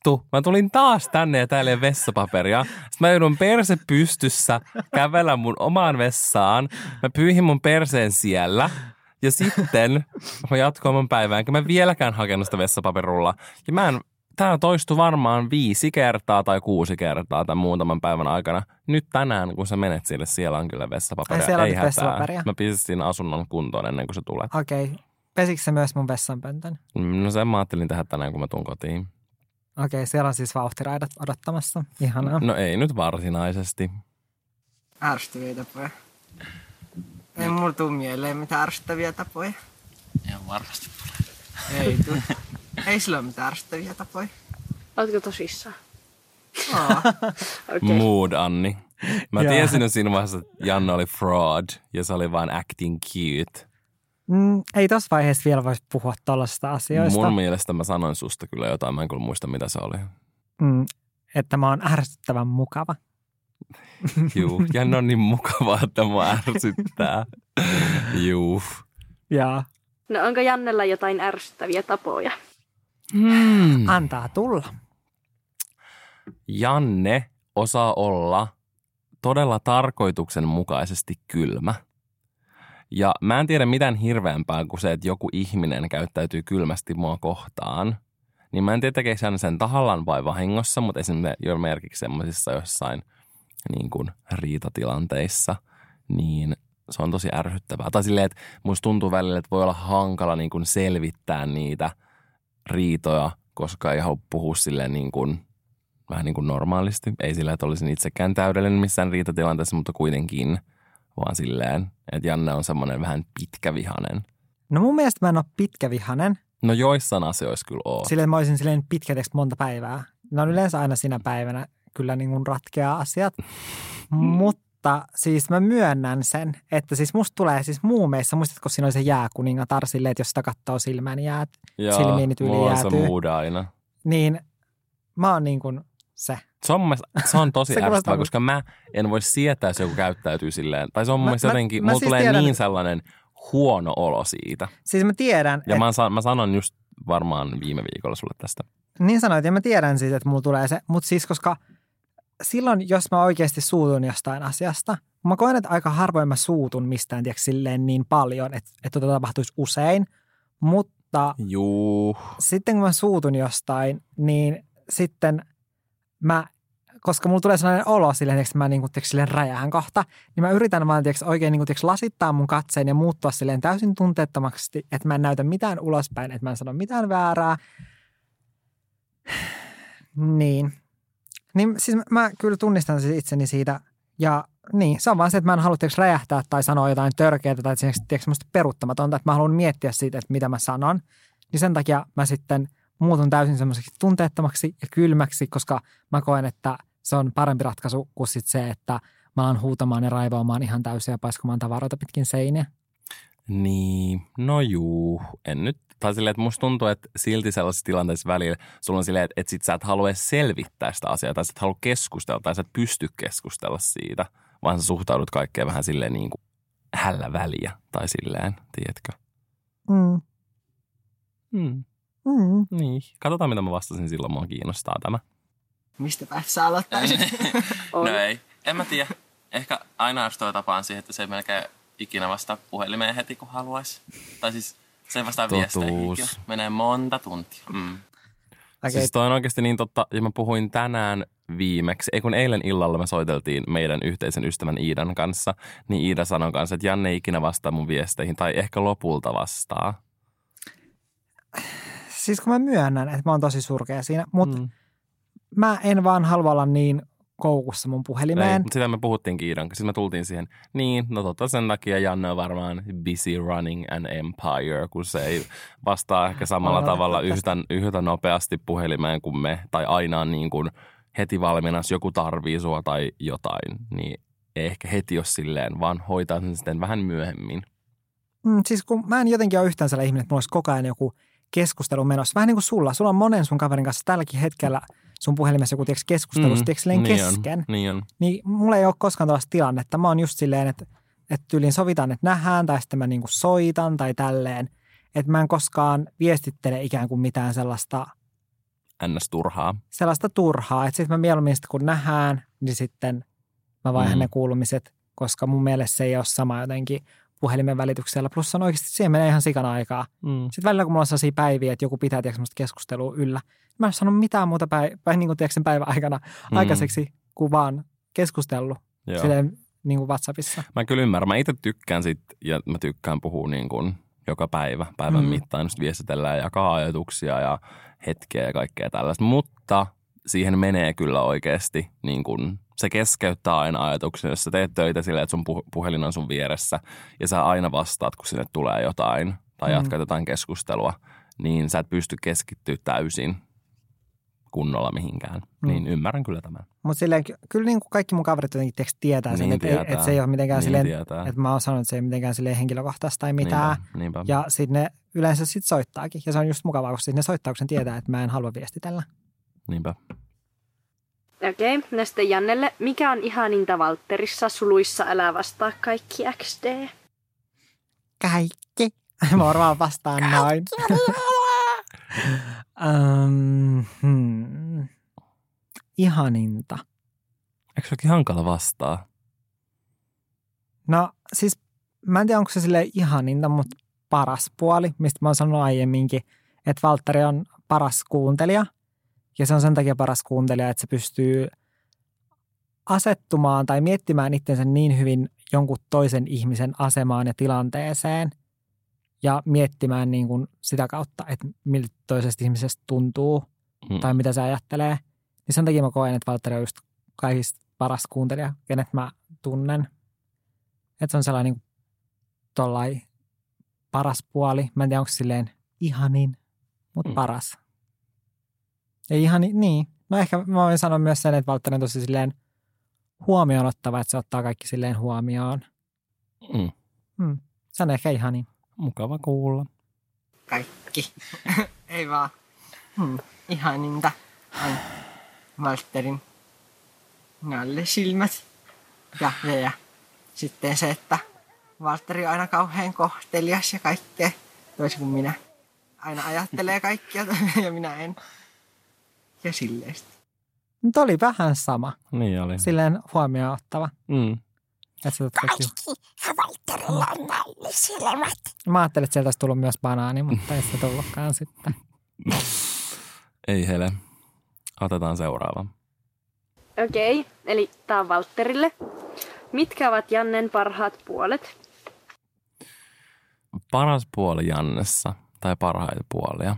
vittu, mä tulin taas tänne ja täällä ei ole vessapaperia. Sitten mä joudun perse pystyssä kävellä mun omaan vessaan. Mä pyyhin mun perseen siellä. Ja sitten mä jatkoin mun päivään, enkä mä vieläkään hakenut sitä vessapaperulla. Ja mä en, tää toistui varmaan viisi kertaa tai kuusi kertaa tämän muutaman päivän aikana. Nyt tänään, kun sä menet sille, siellä on kyllä vessapaperia. Ai, siellä on ei hätää. vessapaperia. Mä pistin asunnon kuntoon ennen kuin se tulee. Okei. Okay. Pesikö se myös mun vessanpöntön? No sen mä ajattelin tehdä tänään, kun mä tuun kotiin. Okei, okay, siellä on siis vauhtiraidat odottamassa. Ihanaa. No ei nyt varsinaisesti. Ärsyttäviä tapoja. Ei mulla tuu mieleen mitään ärsyttäviä tapoja. Ihan varmasti. Ei tuu. Ei sillä ole mitään ärsyttäviä tapoja. Ootko tosissaan? Aa. Okay. Mood, Anni. Mä tiesin jo siinä vaiheessa, että Janne oli fraud ja se oli vaan acting cute. Mm, ei tossa vaiheessa vielä voisi puhua tollaisista asioista. Mun mielestä mä sanoin susta kyllä jotain, mä en kyllä muista mitä se oli. Mm, että mä oon ärsyttävän mukava. Juu, Janne on niin mukavaa, että mua ärsyttää. Juu. Jaa. No onko Jannella jotain ärsyttäviä tapoja? Hmm. Antaa tulla. Janne osaa olla todella tarkoituksenmukaisesti kylmä. Ja mä en tiedä mitään hirveämpää kuin se, että joku ihminen käyttäytyy kylmästi mua kohtaan. Niin mä en tiedä, tekeekö hän sen tahallaan vai vahingossa, mutta esimerkiksi semmoisissa jossain niin kuin riitatilanteissa, niin se on tosi ärsyttävää. Tai silleen, että musta tuntuu välillä, että voi olla hankala niin kuin selvittää niitä riitoja, koska ei halua puhua silleen niin kuin, vähän niin kuin normaalisti. Ei sillä, että olisin itsekään täydellinen missään riitatilanteessa, mutta kuitenkin vaan silleen, että Janne on semmoinen vähän pitkävihanen. No mun mielestä mä en ole pitkävihanen. No joissain asioissa kyllä oo. Silleen mä olisin silleen pitkä teksti monta päivää. Ne on yleensä aina sinä päivänä kyllä niin kuin ratkeaa asiat. Mutta siis mä myönnän sen, että siis musta tulee siis muumeissa, muistatko siinä oli se jääkuningatar silleen, että jos sitä katsoo silmään, niin jäät, Jaa, silmiin niin tyyli mulla on jäätyy. se mood aina. Niin mä oon niin kuin se. Se on, se on tosi Se ärsyttävää, kuulostaa- koska mä en voi sietää, jos joku käyttäytyy silleen. Tai se on mun Mä- mielestä mä- jotenkin, mä mulla siis tulee tiedän, niin että- sellainen huono olo siitä. Siis mä tiedän, Ja et, mä, san, mä sanon just varmaan viime viikolla sulle tästä. niin sanoit, ja mä tiedän siis, että mulla tulee se. Mutta siis koska silloin, jos mä oikeasti suutun jostain asiasta, mä koen, että aika harvoin mä suutun mistään, tiedätkö, silleen niin paljon, että, että tota tapahtuisi usein. Mutta Juu. sitten kun mä suutun jostain, niin sitten mä, koska mulla tulee sellainen olo silleen, että mä niin kuin, tiedätkö, silleen räjähän kohta, niin mä yritän vaan tiedätkö, oikein niin kuin, tiedätkö, lasittaa mun katseen ja muuttua silleen täysin tunteettomaksi, että mä en näytä mitään ulospäin, että mä en sano mitään väärää. Niin. Niin siis mä, mä kyllä tunnistan siis itseni siitä ja niin, se on vaan se, että mä en halua tiedätkö, räjähtää tai sanoa jotain törkeää tai tiedätkö, semmoista peruuttamatonta, että mä haluan miettiä siitä, että mitä mä sanon. Niin sen takia mä sitten muutun täysin semmoiseksi tunteettomaksi ja kylmäksi, koska mä koen, että se on parempi ratkaisu kuin sit se, että mä alan huutamaan ja raivoamaan ihan täysin ja paiskomaan tavaroita pitkin seiniä. Niin, no juu, en nyt. Tai silleen, että musta tuntuu, että silti sellaisissa tilanteissa välillä sulla on silleen, että, että sit sä et halua edes selvittää sitä asiaa, tai sä et halua keskustella, tai sä et pysty keskustella siitä, vaan sä suhtaudut kaikkeen vähän silleen niin kuin hällä väliä, tai silleen, tiedätkö? Mm. Mm. Mm. Niin, katsotaan mitä mä vastasin silloin, mua kiinnostaa tämä. Mistä päässä aloittaisit? On. No ei, en mä tiedä. Ehkä aina ärsyttävä tapa on siihen, että se ei melkein ikinä vastaa puhelimeen heti, kun haluaisi. Tai siis se ei vastaa viesteihin ikinä. Menee monta tuntia. Mm. Okay. Siis toi on oikeasti niin totta, ja mä puhuin tänään viimeksi, ei kun eilen illalla me soiteltiin meidän yhteisen ystävän Iidan kanssa, niin Iida sanoi kanssa, että Janne ei ikinä vastaa mun viesteihin, tai ehkä lopulta vastaa. Siis kun mä myönnän, että mä oon tosi surkea siinä, mutta Mm. mä en vaan halua olla niin koukussa mun Ei, puhelimeen. mutta sitä me puhuttiinkin Iidan kanssa, siis me tultiin siihen, niin, no totta sen takia Janne on varmaan busy running an empire, kun se ei vastaa ehkä samalla On tavalla otettu yhtä, yhtä nopeasti puhelimeen kuin me, tai aina on niin kuin heti valmiina, jos joku tarvii sua tai jotain, niin ei ehkä heti ole silleen, vaan hoitaa sen sitten vähän myöhemmin. Mm, siis kun mä en jotenkin ole yhtään sellainen ihminen, että mulla olisi koko ajan joku keskustelu menossa. Vähän niin kuin sulla. Sulla on monen sun kaverin kanssa tälläkin hetkellä sun puhelimessa joku tiiäks, keskustelu mm, tiiäks, niin kesken. On, niin on. Niin mulla ei ole koskaan tällaista tilannetta. Mä oon just silleen, että, että tyyliin sovitaan, että nähdään tai sitten mä niin kuin soitan tai tälleen. Että mä en koskaan viestittele ikään kuin mitään sellaista ns. Turhaa. Sellaista turhaa, että sitten mä mieluummin sit, kun nähdään, niin sitten mä vaihan mm. ne kuulumiset, koska mun mielestä se ei ole sama jotenkin puhelimen välityksellä. Plus on oikeasti, siihen menee ihan sikana aikaa. Mm. Sitten välillä, kun mulla on sellaisia päiviä, että joku pitää tiedätkö, semmoista keskustelua yllä, mä en sano mitään muuta päivää, niin kuin tiedätkö, sen päivän aikana mm. aikaiseksi, kuin vaan keskustellut silleen niin kuin WhatsAppissa. Mä kyllä ymmärrän. Mä itse tykkään sit, ja mä tykkään puhua niin kuin joka päivä, päivän mm. mittaan, just viestitellään ja jakaa ajatuksia ja hetkeä ja kaikkea tällaista. Mutta siihen menee kyllä oikeasti, niin kuin, se keskeyttää aina ajatuksia. Jos sä teet töitä silleen, että sun puhelin on sun vieressä ja sä aina vastaat, kun sinne tulee jotain tai mm. jatkat jotain keskustelua, niin sä et pysty keskittyä täysin kunnolla mihinkään. Mm. Niin ymmärrän kyllä tämän. Mutta silleen, kyllä niin kuin kaikki mun kaverit jotenkin tietää sen, niin että, että se ei ole mitenkään niin silleen, tietää. Että mä oon sanonut, että se ei ole mitenkään silleen henkilökohtaista tai mitään. Niinpä, niinpä. Ja sitten ne yleensä sitten soittaakin. Ja se on just mukavaa, koska ne soittaa, kun sen tietää, että mä en halua viestitellä. Niinpä. Okei, okay. Ja sitten Jannelle, mikä on ihaninta Valtterissa suluissa älä vastaa kaikki X D? Kaikki. Mä varmaan vastaan noin. um, hmm. Ihaninta. Eikö se olekin hankala vastaa? No siis mä en tiedä, onko se silleen ihaninta, mutta paras puoli, mistä mä oon sanonut aiemminkin, että Valtteri on paras kuuntelija. Ja se on sen takia paras kuuntelija, että se pystyy asettumaan tai miettimään itsensä niin hyvin jonkun toisen ihmisen asemaan ja tilanteeseen ja miettimään niin kuin sitä kautta, että miltä toisesta ihmisestä tuntuu hmm. tai mitä se ajattelee. Niin sen takia mä koen, että Valtteri on just kaikista paras kuuntelija, kenet mä tunnen. Että se on sellainen niin tollai paras puoli. Mä en tiedä, onko se silleen ihanin, mutta hmm. paras. Ei ihan niin. No ehkä mä voin sanoa myös sen, että Valtteri on tosi silleen huomioon ottava, että se ottaa kaikki silleen huomioon. Mm. Mm. Se on ehkä ihan niin. Mukava kuulla. Kaikki. Ei vaan. Hmm. Ihaninta on Valtterin nallesilmät. Ja, ja, ja sitten se, että Valtteri on aina kauhean kohtelias ja kaikkea. Toisin kuin minä. Aina ajattelee kaikkia ja minä en. Ja silleen. Mutta oli vähän sama. Niin oli. Silleen huomioon ottava. Mm. Kaikki. Valtterilla on nallisilmät. Mä ajattelin, että sieltä olisi tullut myös banaani, mutta ei se tullutkaan sitten. Ei hele. Otetaan seuraava. Okei, okay, eli tää on Valtterille. Mitkä ovat Jannen parhaat puolet? Paras puoli Jannessa, tai parhaita puolia.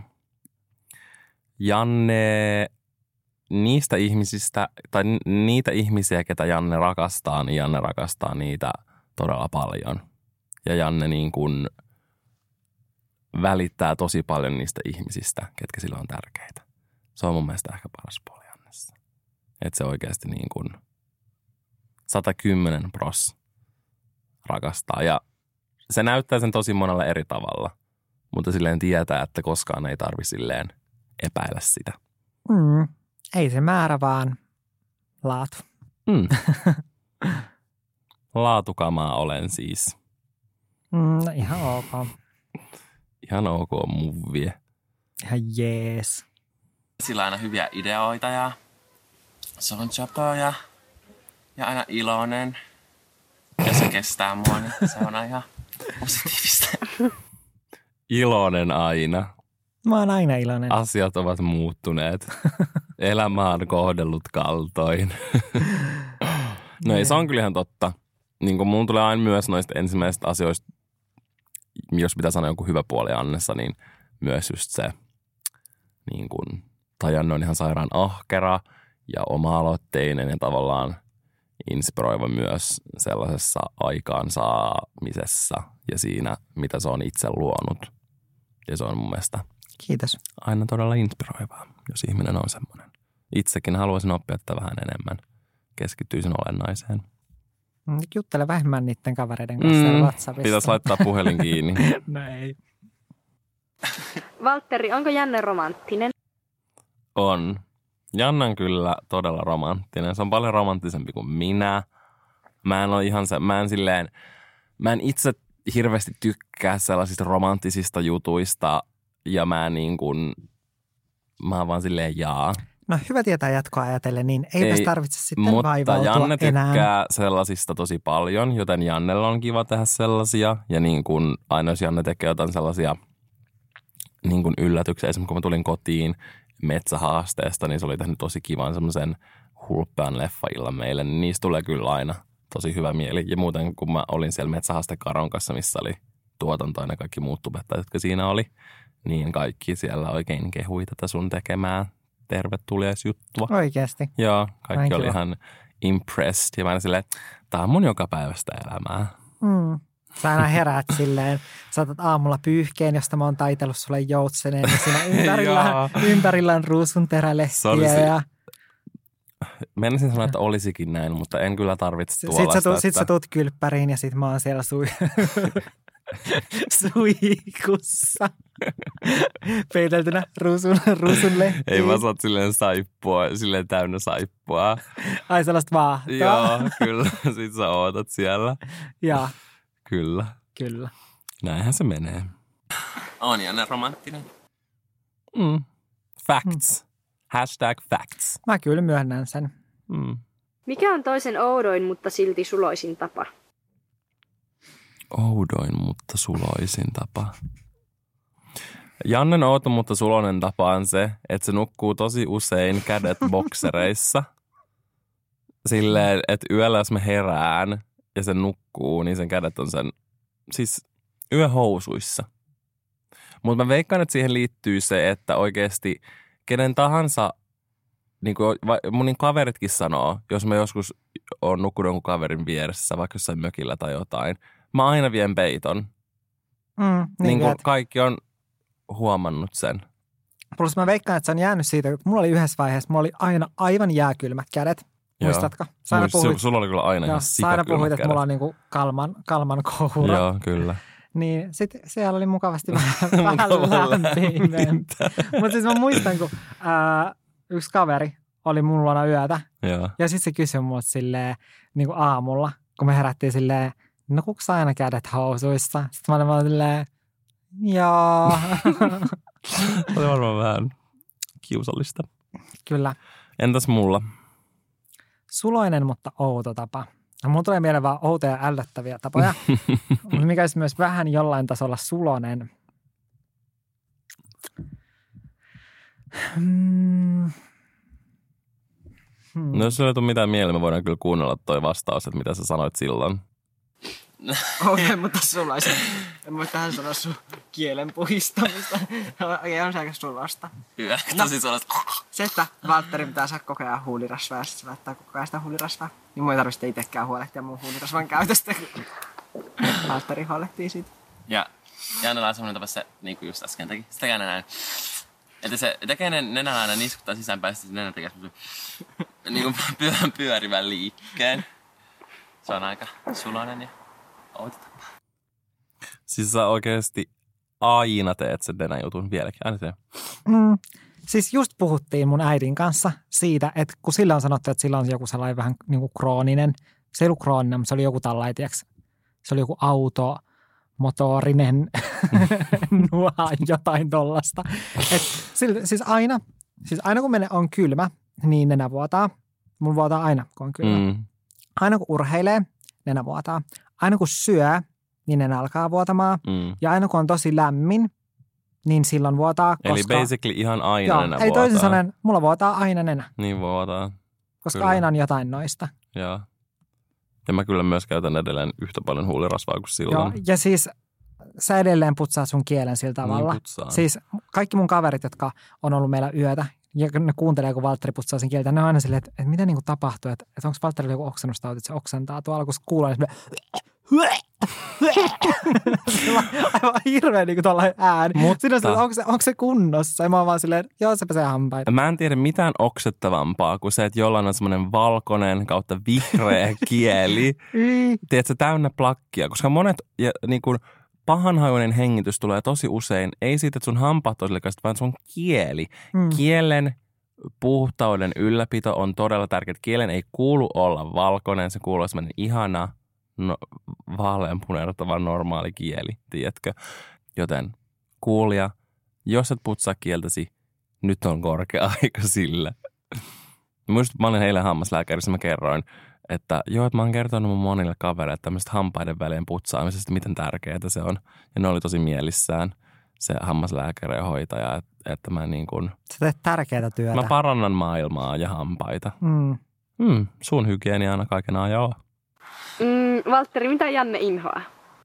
Janne, niistä ihmisistä, tai niitä ihmisiä, ketä Janne rakastaa, niin Janne rakastaa niitä todella paljon. Ja Janne niin kuin välittää tosi paljon niistä ihmisistä, ketkä sillä on tärkeitä. Se on mun mielestä ehkä paras puoli Jannessa. Että se oikeasti niin kuin sata kymmenen pros rakastaa. Ja se näyttää sen tosi monella eri tavalla, mutta silleen tietää, että koskaan ei tarvi silleen epäillä sitä. Mm, ei se määrä, vaan laatu. Mm. Laatukamaa olen siis. Mm, ihan ok. Ihan ok muvie. Ihan jees. Sillä on aina hyviä ideoita ja se on chapoja ja aina iloinen. Ja se kestää mua, niin se on ihan positiivista. Iloinen aina. Mä oon aina iloinen. Asiat ovat muuttuneet. Elämä on kohdellut kaltoin. No ei, se on kyllä ihan totta. Niin kuin mun tulee aina myös noista ensimmäisistä asioista, jos pitää sanoa joku hyvä puoli Annessa, niin myös just se, niin kuin, tai Janne on ihan sairaan ahkera ja oma-aloitteinen ja tavallaan inspiroiva myös sellaisessa aikaansaamisessa ja siinä, mitä se on itse luonut. Ja se on mun mielestä Kiitos. Aina todella inspiroivaa, jos ihminen on semmoinen. Itsekin haluaisin oppia tätä vähän enemmän. Keskittyisin olennaiseen. Juttele vähemmän niiden kavereiden kanssa mm, WhatsAppissa. Pitäisi laittaa puhelin kiinni. No ei. Valtteri, onko Janne romanttinen? On. Janne on kyllä todella romanttinen. Se on paljon romanttisempi kuin minä. Mä en ole ihan se, mä en silleen, mä en itse hirveästi tykkää sellaisista romanttisista jutuista ja mä niin kuin, mä oon vaan silleen jaa. No hyvä tietää jatkoa ajatellen, niin ei, ei tässä tarvitse sitten mutta vaivautua Janne enää. tykkää sellaisista tosi paljon, joten Jannella on kiva tehdä sellaisia. Ja niin kuin aina jos Janne tekee jotain sellaisia niin kuin yllätyksiä, esimerkiksi kun mä tulin kotiin metsähaasteesta, niin se oli tehnyt tosi kivan semmoisen hulppean leffaillan meille. Niin niistä tulee kyllä aina tosi hyvä mieli. Ja muuten kun mä olin siellä metsähaaste Karon kanssa, missä oli tuotanto ja kaikki muut tubettajat, jotka siinä oli, niin kaikki siellä oikein kehui tätä sun tekemää tervetuliaisjuttua. Oikeasti. Joo, kaikki Näin oli kiva. ihan impressed. Ja mä olin silleen, tää on mun jokapäiväistä elämää. Mm. Sä aina heräät silleen, saatat aamulla pyyhkeen, josta mä oon taitellut sulle joutseneen, ja siinä ympärillä, ympärillä on ruusunterälehtiä. Se Ja... Menisin sanoa, että olisikin näin, mutta en kyllä tarvitse tuollaista. Sitten sä, tu- että... sit sä tuut kylppäriin ja sit mä oon siellä sui... suihkussa. Peiteltynä ruusun, ruusun lehtiin. Ei vaan sä oot silleen saippua, silleen täynnä saippua. Ai sellaista vaahtoa. Joo, kyllä. Sit sä ootat siellä. Joo, Kyllä. kyllä. Näinhän se menee. On Janne romanttinen. Mm. Facts. Hashtag facts. Mä kyllä myönnän sen. Mm. Mikä on toisen oudoin, mutta silti suloisin tapa? Oudoin, mutta suloisin tapa. Jannen outo, mutta suloinen tapa on se, että se nukkuu tosi usein kädet boksereissa. Silleen, että yöllä jos mä herään ja se nukkuu, niin sen kädet on sen, siis yöhousuissa. Mutta mä veikkaan, että siihen liittyy se, että oikeasti kenen tahansa, niin kuin mun kaveritkin sanoo, jos mä joskus oon nukkunut jonkun kaverin vieressä, vaikka jossain mökillä tai jotain, mä aina vien peiton. Mm, niin niin kuin viet. kaikki on huomannut sen. Plus mä veikkaan, että se on jäänyt siitä, että mulla oli yhdessä vaiheessa, mulla oli aina aivan jääkylmät kädet. Joo. Muistatko? Sä aina Muist- puhuit, Sulla oli kyllä aina joo, ihan sä aina sikakylmät puhuit, että kädet. mulla on niinku kalman, kalman koura. Joo, kyllä. Niin sit siellä oli mukavasti vähän, vähän Mukavasti lämpimempää. Mutta siis mä muistan, kun ää, yksi kaveri oli mun luona yötä. Joo. Ja sitten se kysyi mut silleen niin kuin aamulla, kun me herättiin silleen, no kuka sä aina kädet housuissa? Sitten mä olin vaan silleen, joo. Oli varmaan vähän kiusallista. Kyllä. Entäs mulla? Suloinen, mutta outo tapa. No, mulla tulee mieleen vaan outoja ja ällöttäviä tapoja, mutta mikä olisi myös vähän jollain tasolla suloinen. Hmm. Hmm. No jos sulla ei tule mitään mieleen, me voidaan kyllä kuunnella toi vastaus, että mitä sä sanoit silloin. Okei, okay, mutta sullaisen. En voi tähän sanoa sun kielen puhistamista. Okei, on se aika sulasta. Hyvä. No. Tosi suorasta. Se, että Valtteri pitää saada koko ajan huulirasvaa ja sitten se välttää koko ajan sitä huulirasvaa. Niin mun ei tarvitse itsekään huolehtia mun huulirasvan käytöstä, kun Valtteri huolehtii siitä. Ja Jannella on semmoinen tapa se, niin kuin just äsken teki. Se tekee näin. Että se tekee ne nenällä aina niskuttaa sisäänpäin, sitten se nenä tekee semmoisen niin kuin pyö, pyörivän liikkeen. Se on aika suloinen ja outo tapa. Siis sä oikeasti aina teet sen nenän jutun vieläkin. Aina se. Mm. Siis just puhuttiin mun äidin kanssa siitä, että kun sillä on sanottu, että sillä on joku sellainen vähän niin kuin krooninen, se ei ollut krooninen, mutta se oli joku tällainen, tiiäks, se oli joku auto, motorinen, nuha, jotain tollasta. Et sillä, siis aina, siis aina kun mene on kylmä, niin nenä vuotaa. Mun vuotaa aina, kun on kylmä. Mm. Aina kun urheilee, nenä vuotaa. Aina kun syö, niin nenä alkaa vuotamaan. Mm. Ja aina kun on tosi lämmin, niin silloin vuotaa, koska... Eli basically ihan aina joo, nenä ei vuotaa. toisin sanoen, mulla vuotaa aina nenä, Niin vuotaa, koska Kyllä. aina on jotain noista. joo. Ja mä kyllä myös käytän edelleen yhtä paljon huulirasvaa kuin silloin. Joo, ja siis sä edelleen putsaat sun kielen sillä tavalla. Niin putsaan. Siis kaikki mun kaverit, jotka on ollut meillä yötä, ja ne kuuntelee, kun Valtteri putsaa sen kieltä, ne on aina silleen, että, että mitä niin kuin tapahtuu, että, että onko Valtterilla joku oksennustauti, että se oksentaa tuolla, kun se kuulee, niin se aivan hirveä niin kuin tuollainen ääni. Mutta- Siinä on silleen, onko se, onko se kunnossa? Ja mä oon vaan silleen, joo, se pesee hampaita. Mä en tiedä mitään oksettavampaa kuin se, että jollain on semmoinen valkoinen kautta vihreä kieli. Ei. Tiedätkö, täynnä plakkia, koska monet ja, niin kuin, pahanhajuinen hengitys tulee tosi usein, ei siitä, että sun hampaat on silleen, vaan sun kieli. Mm. Kielen puhtauden ylläpito on todella tärkeää. Kielen ei kuulu olla valkoinen, se kuuluu semmoinen ihana, no, vaaleanpunertava normaali kieli, tiedätkö? Joten kuulija, jos et putsaa kieltäsi, nyt on korkea aika sille. Muistin, mä olin eilen hammaslääkärissä, mä kerroin, että joo, että mä oon kertonut mun monille kavereille tämmöistä hampaiden välein putsaamisesta, miten tärkeää se on. Ja ne oli tosi mielissään, se hammaslääkäri ja hoitaja, että, että mä niin kuin... Sä teet tärkeää työtä. Mä parannan maailmaa ja hampaita. Mm. Mm, suun hygienia aina kaiken ajan. Mm, Valtteri, mitä Janne inhoaa?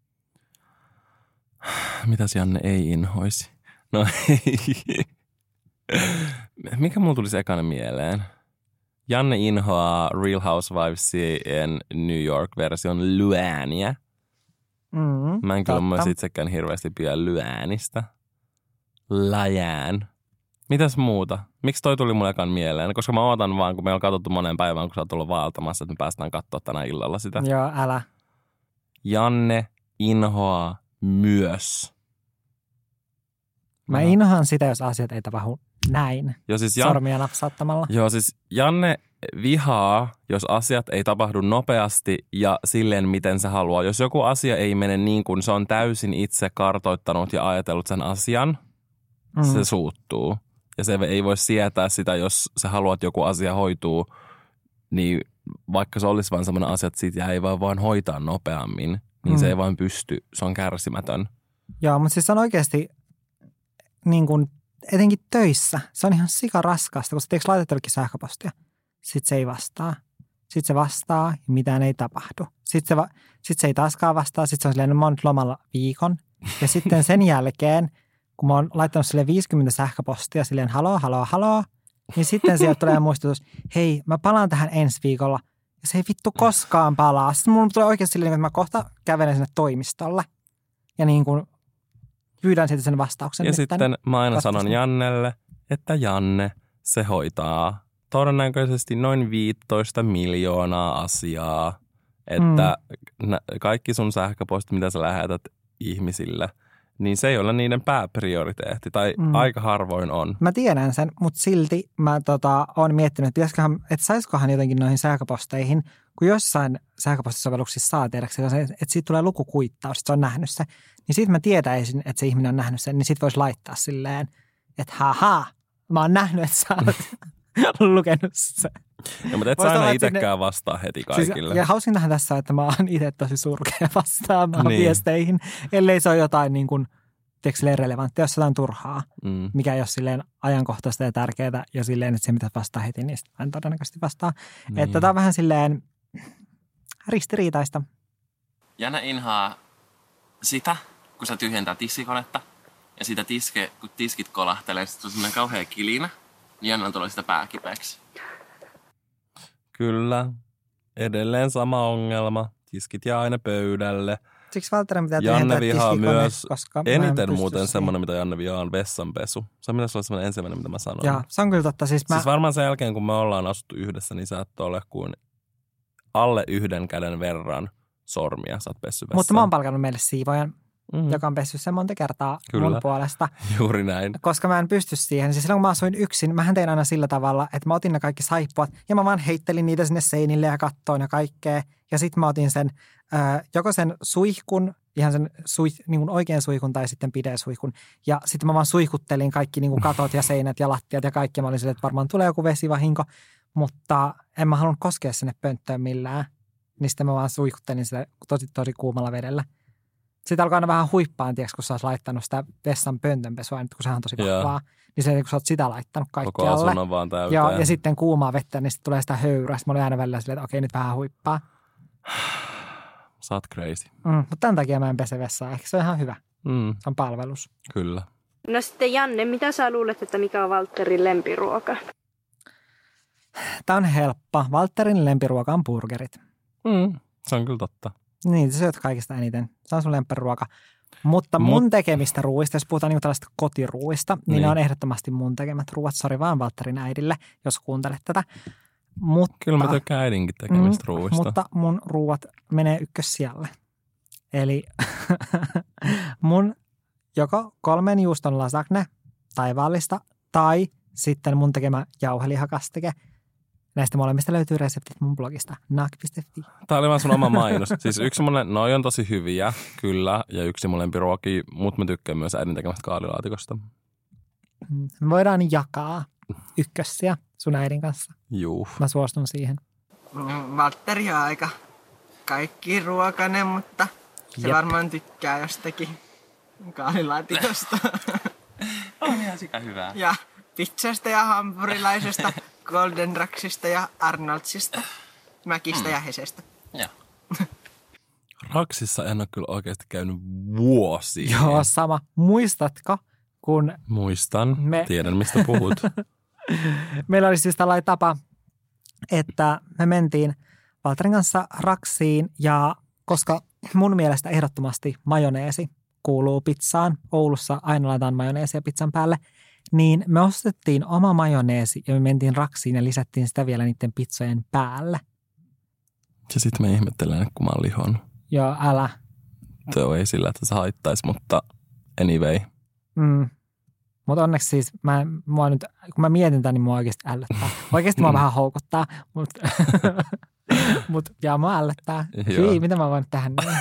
Mitäs Janne ei inhoisi? No ei. Mikä mulla tulisi ekana mieleen? Janne inhoaa Real Housewivesien New York-version Luania. Mm, Mä en kyllä myös itsekään hirveästi pidä Luanista. Lajään. Mitäs muuta? Miksi toi tuli mulle ekan mieleen? Koska mä ootan vaan, kun me on katsottu moneen päivään, kun sä oot tullut vaeltamassa, että me päästään katsoa tänä illalla sitä. Joo, älä. Janne inhoaa myös. Mä inhoan sitä, jos asiat ei tapahdu näin. Joo, siis Jan... Sormia napsauttamalla. Joo, siis Janne vihaa, jos asiat ei tapahdu nopeasti ja silleen, miten se haluaa. Jos joku asia ei mene niin kuin se on täysin itse kartoittanut ja ajatellut sen asian, mm. se suuttuu. Ja se ei voi sietää sitä, jos sä haluat, että joku asia hoituu, niin vaikka se olisi vain sellainen asia, että siitä ei voi vaan hoitaa nopeammin, niin mm. se ei vaan pysty. Se on kärsimätön. Joo, mutta siis se on oikeasti niin kuin, etenkin töissä. Se on ihan sikaraskasta, koska teekö laitat jollekin sähköpostia? Sitten se ei vastaa. Sitten se vastaa ja mitään ei tapahdu. Sitten se, va- sit se ei taaskaan vastaa. Sitten se on silleen, no mä oon nyt lomalla viikon. Ja sitten sen jälkeen, kun mä oon laittanut sille viisikymmentä sähköpostia silleen haloo, haloo, haloo, niin sitten sieltä tulee muistutus, hei, mä palaan tähän ensi viikolla. Ja se ei vittu koskaan palaa. Sitten mulla tulee oikeasti silleen, että mä kohta kävelen sinne toimistolle. Ja niin kuin pyydän siitä sen vastauksen. Ja sitten mä aina sanon Jannelle, että Janne, se hoitaa todennäköisesti noin viisitoista miljoonaa asiaa. Että mm. kaikki sun sähköpostit, mitä sä lähetät ihmisille, niin se ei ole niiden pääprioriteetti, tai mm. aika harvoin on. Mä tiedän sen, mutta silti mä tota, oon miettinyt, että, että saisikohan jotenkin noihin sähköposteihin, kun jossain sähköpostisovelluksissa saa tiedäksi, että siitä tulee lukukuittaus, että se on nähnyt se, niin sit mä tietäisin, että se ihminen on nähnyt sen, niin sit voisi laittaa silleen, että haha, mä oon nähnyt, että sä oot lukenut sen. Ja, mutta et sä aina itsekään sinne vastaa heti kaikille. Siis, ja hausintahan tässä on, että mä oon itse tosi surkea vastaamaan niin. viesteihin, ellei se ole jotain niin kuin, tiedätkö, relevanttia, jos jotain turhaa, mm. mikä ei ole silleen ajankohtaista ja tärkeää, ja silleen, että se mitä vastaa heti, niin sitä en todennäköisesti vastaa. Niin. Että tämä on vähän silleen ristiriitaista. Jana inhaa sitä, kun sä tyhjentää tissikonetta, ja sitä tiske, kun tiskit kolahtelee, sitten on semmoinen kauhea kilinä, niin Jannalla tulee sitä pääkipeäksi. Kyllä. Edelleen sama ongelma. Tiskit jää aina pöydälle. Siksi Valtteri pitää Janne vihaa myös eniten muuten semmoinen, mitä Janne vihaa, on vessanpesu. Se on mitä semmoinen ensimmäinen, mitä mä sanon. Joo, se on kyllä totta. Siis, mä... siis varmaan sen jälkeen, kun me ollaan asuttu yhdessä, niin sä et ole kuin alle yhden käden verran sormia. Sä oot pessy vessaan. Mutta mä oon palkannut meille siivojan, mm-hmm. joka on pessyt sen monta kertaa kyllä. mun puolesta. Juuri näin. Koska mä en pysty siihen. Siis silloin kun mä asuin yksin, mähän tein aina sillä tavalla, että mä otin ne kaikki saippuat ja mä vaan heittelin niitä sinne seinille ja kattoon ja kaikkea. Ja sitten mä otin sen, äh, joko sen suihkun, ihan sen suih, niin kuin oikean suihkun tai sitten pideen suihkun. Ja sitten mä vaan suihkuttelin kaikki niin kuin katot ja seinät ja lattiat ja kaikki. Mä olin silleen, että varmaan tulee joku vesivahinko, mutta en mä halunnut koskea sinne pönttöön millään. Niin sitten mä vaan suihkuttelin sitä tosi, tosi kuumalla vedellä. Sitten alkaa aina vähän huippaan, tiiäks, kun sä oot laittanut sitä vessan pöntönpesua, kun sehän on tosi vahvaa. Niin se, kun sä oot sitä laittanut kaikkialle. Koko asunnon vaan täyteen. Joo, ja sitten kuumaa vettä, niin sitten tulee sitä höyryä. Sitten mä olin aina välillä silleen, että okei, nyt vähän huippaa. Sä oot crazy. Mm, mutta tämän takia mä en pese vessaa. Ehkä se on ihan hyvä. Mm. Se on palvelus. Kyllä. No sitten Janne, mitä sä luulet, että mikä on Valtterin lempiruoka? Tämä on helppo. Valtterin lempiruoka on burgerit. Mm, se on kyllä totta. Niin, sä syöt kaikista eniten. Se on sun lempiruoka. Mutta mun Mut... tekemistä ruuista, jos puhutaan niin tällaista kotiruuista, niin, niin ne on ehdottomasti mun tekemät ruuat. Sori vaan Valtterin äidille, jos kuuntelet tätä. Mutta, kyllä mä tykkään äidinkin tekemistä mm, ruuista. Mutta mun ruuat menee ykkössijalle. Eli mun joko kolmen juuston lasagne taivaallista tai sitten mun tekemä jauhelihakastike. Näistä molemmista löytyy reseptit mun blogista naak piste fi. Tämä oli vaan sun oma mainos. Siis yksi mulle, noi on tosi hyviä, kyllä, ja yksi mun lempiruokia, mutta mä tykkään myös äidin tekemästä kaalilaatikosta. Me voidaan jakaa ykkössiä sun äidin kanssa. Juu. Mä suostun siihen. No, Valtteri on aika kaikki ruokainen, mutta se Jep. varmaan tykkää jostakin kaalilaatikosta. On ihan sika hyvää. Ja pizzasta ja hampurilaisesta, Golden Racksista ja Arnoldsista, Mäkistä mm. ja Hesestä. Joo. Raksissa en ole kyllä oikeasti käynyt vuosiin. Joo, sama. Muistatko, kun Muistan. Me- Tiedän, mistä puhut. meillä oli siis tällainen tapa, että me mentiin Valtterin kanssa Raksiin ja koska mun mielestä ehdottomasti majoneesi kuuluu pizzaan, Oulussa aina laitetaan majoneesia pizzan päälle, niin me ostettiin oma majoneesi ja me mentiin Raksiin ja lisättiin sitä vielä niiden pizzojen päälle. Ja sitten me ihmettelen, kun mä oon lihon. Joo, älä. Tuo ei sillä, että se haittaisi, mutta anyway. Mm. Mutta onneksi siis, mä, mua nyt, kun mä mietin tämän, niin mua oikeasti ällöttää. Oikeasti mua vähän houkuttaa, mutta mut, ja mua ällöttää. Hyi, mitä mä voin tehdä niin?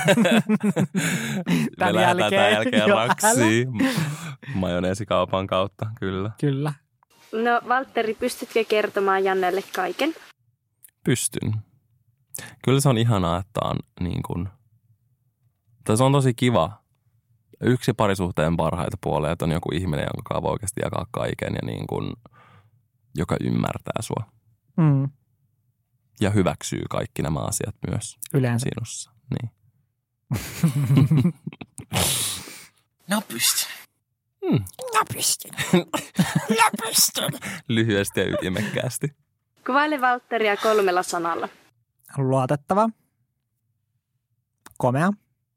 Me lähdetään tämän jälkeen Joo, Raksiin. Majoneesikaupan kautta, kyllä. Kyllä. No Valtteri, pystytkö kertomaan Jannelle kaiken? Pystyn. Kyllä se on ihanaa, että on niin kuin, tai se on tosi kiva. Yksi parisuhteen parhaita puolia, että on joku ihminen, jonka kanssa voi oikeasti jakaa kaiken ja niin kuin, joka ymmärtää sua. Mm. Ja hyväksyy kaikki nämä asiat myös Yleensä. sinussa. Niin. No pystyn. Hmm. No pystyn. No pystyn. Lyhyesti ja ytimekkäästi. Kuvaile Valtteria kolmella sanalla. Luotettava. Komea.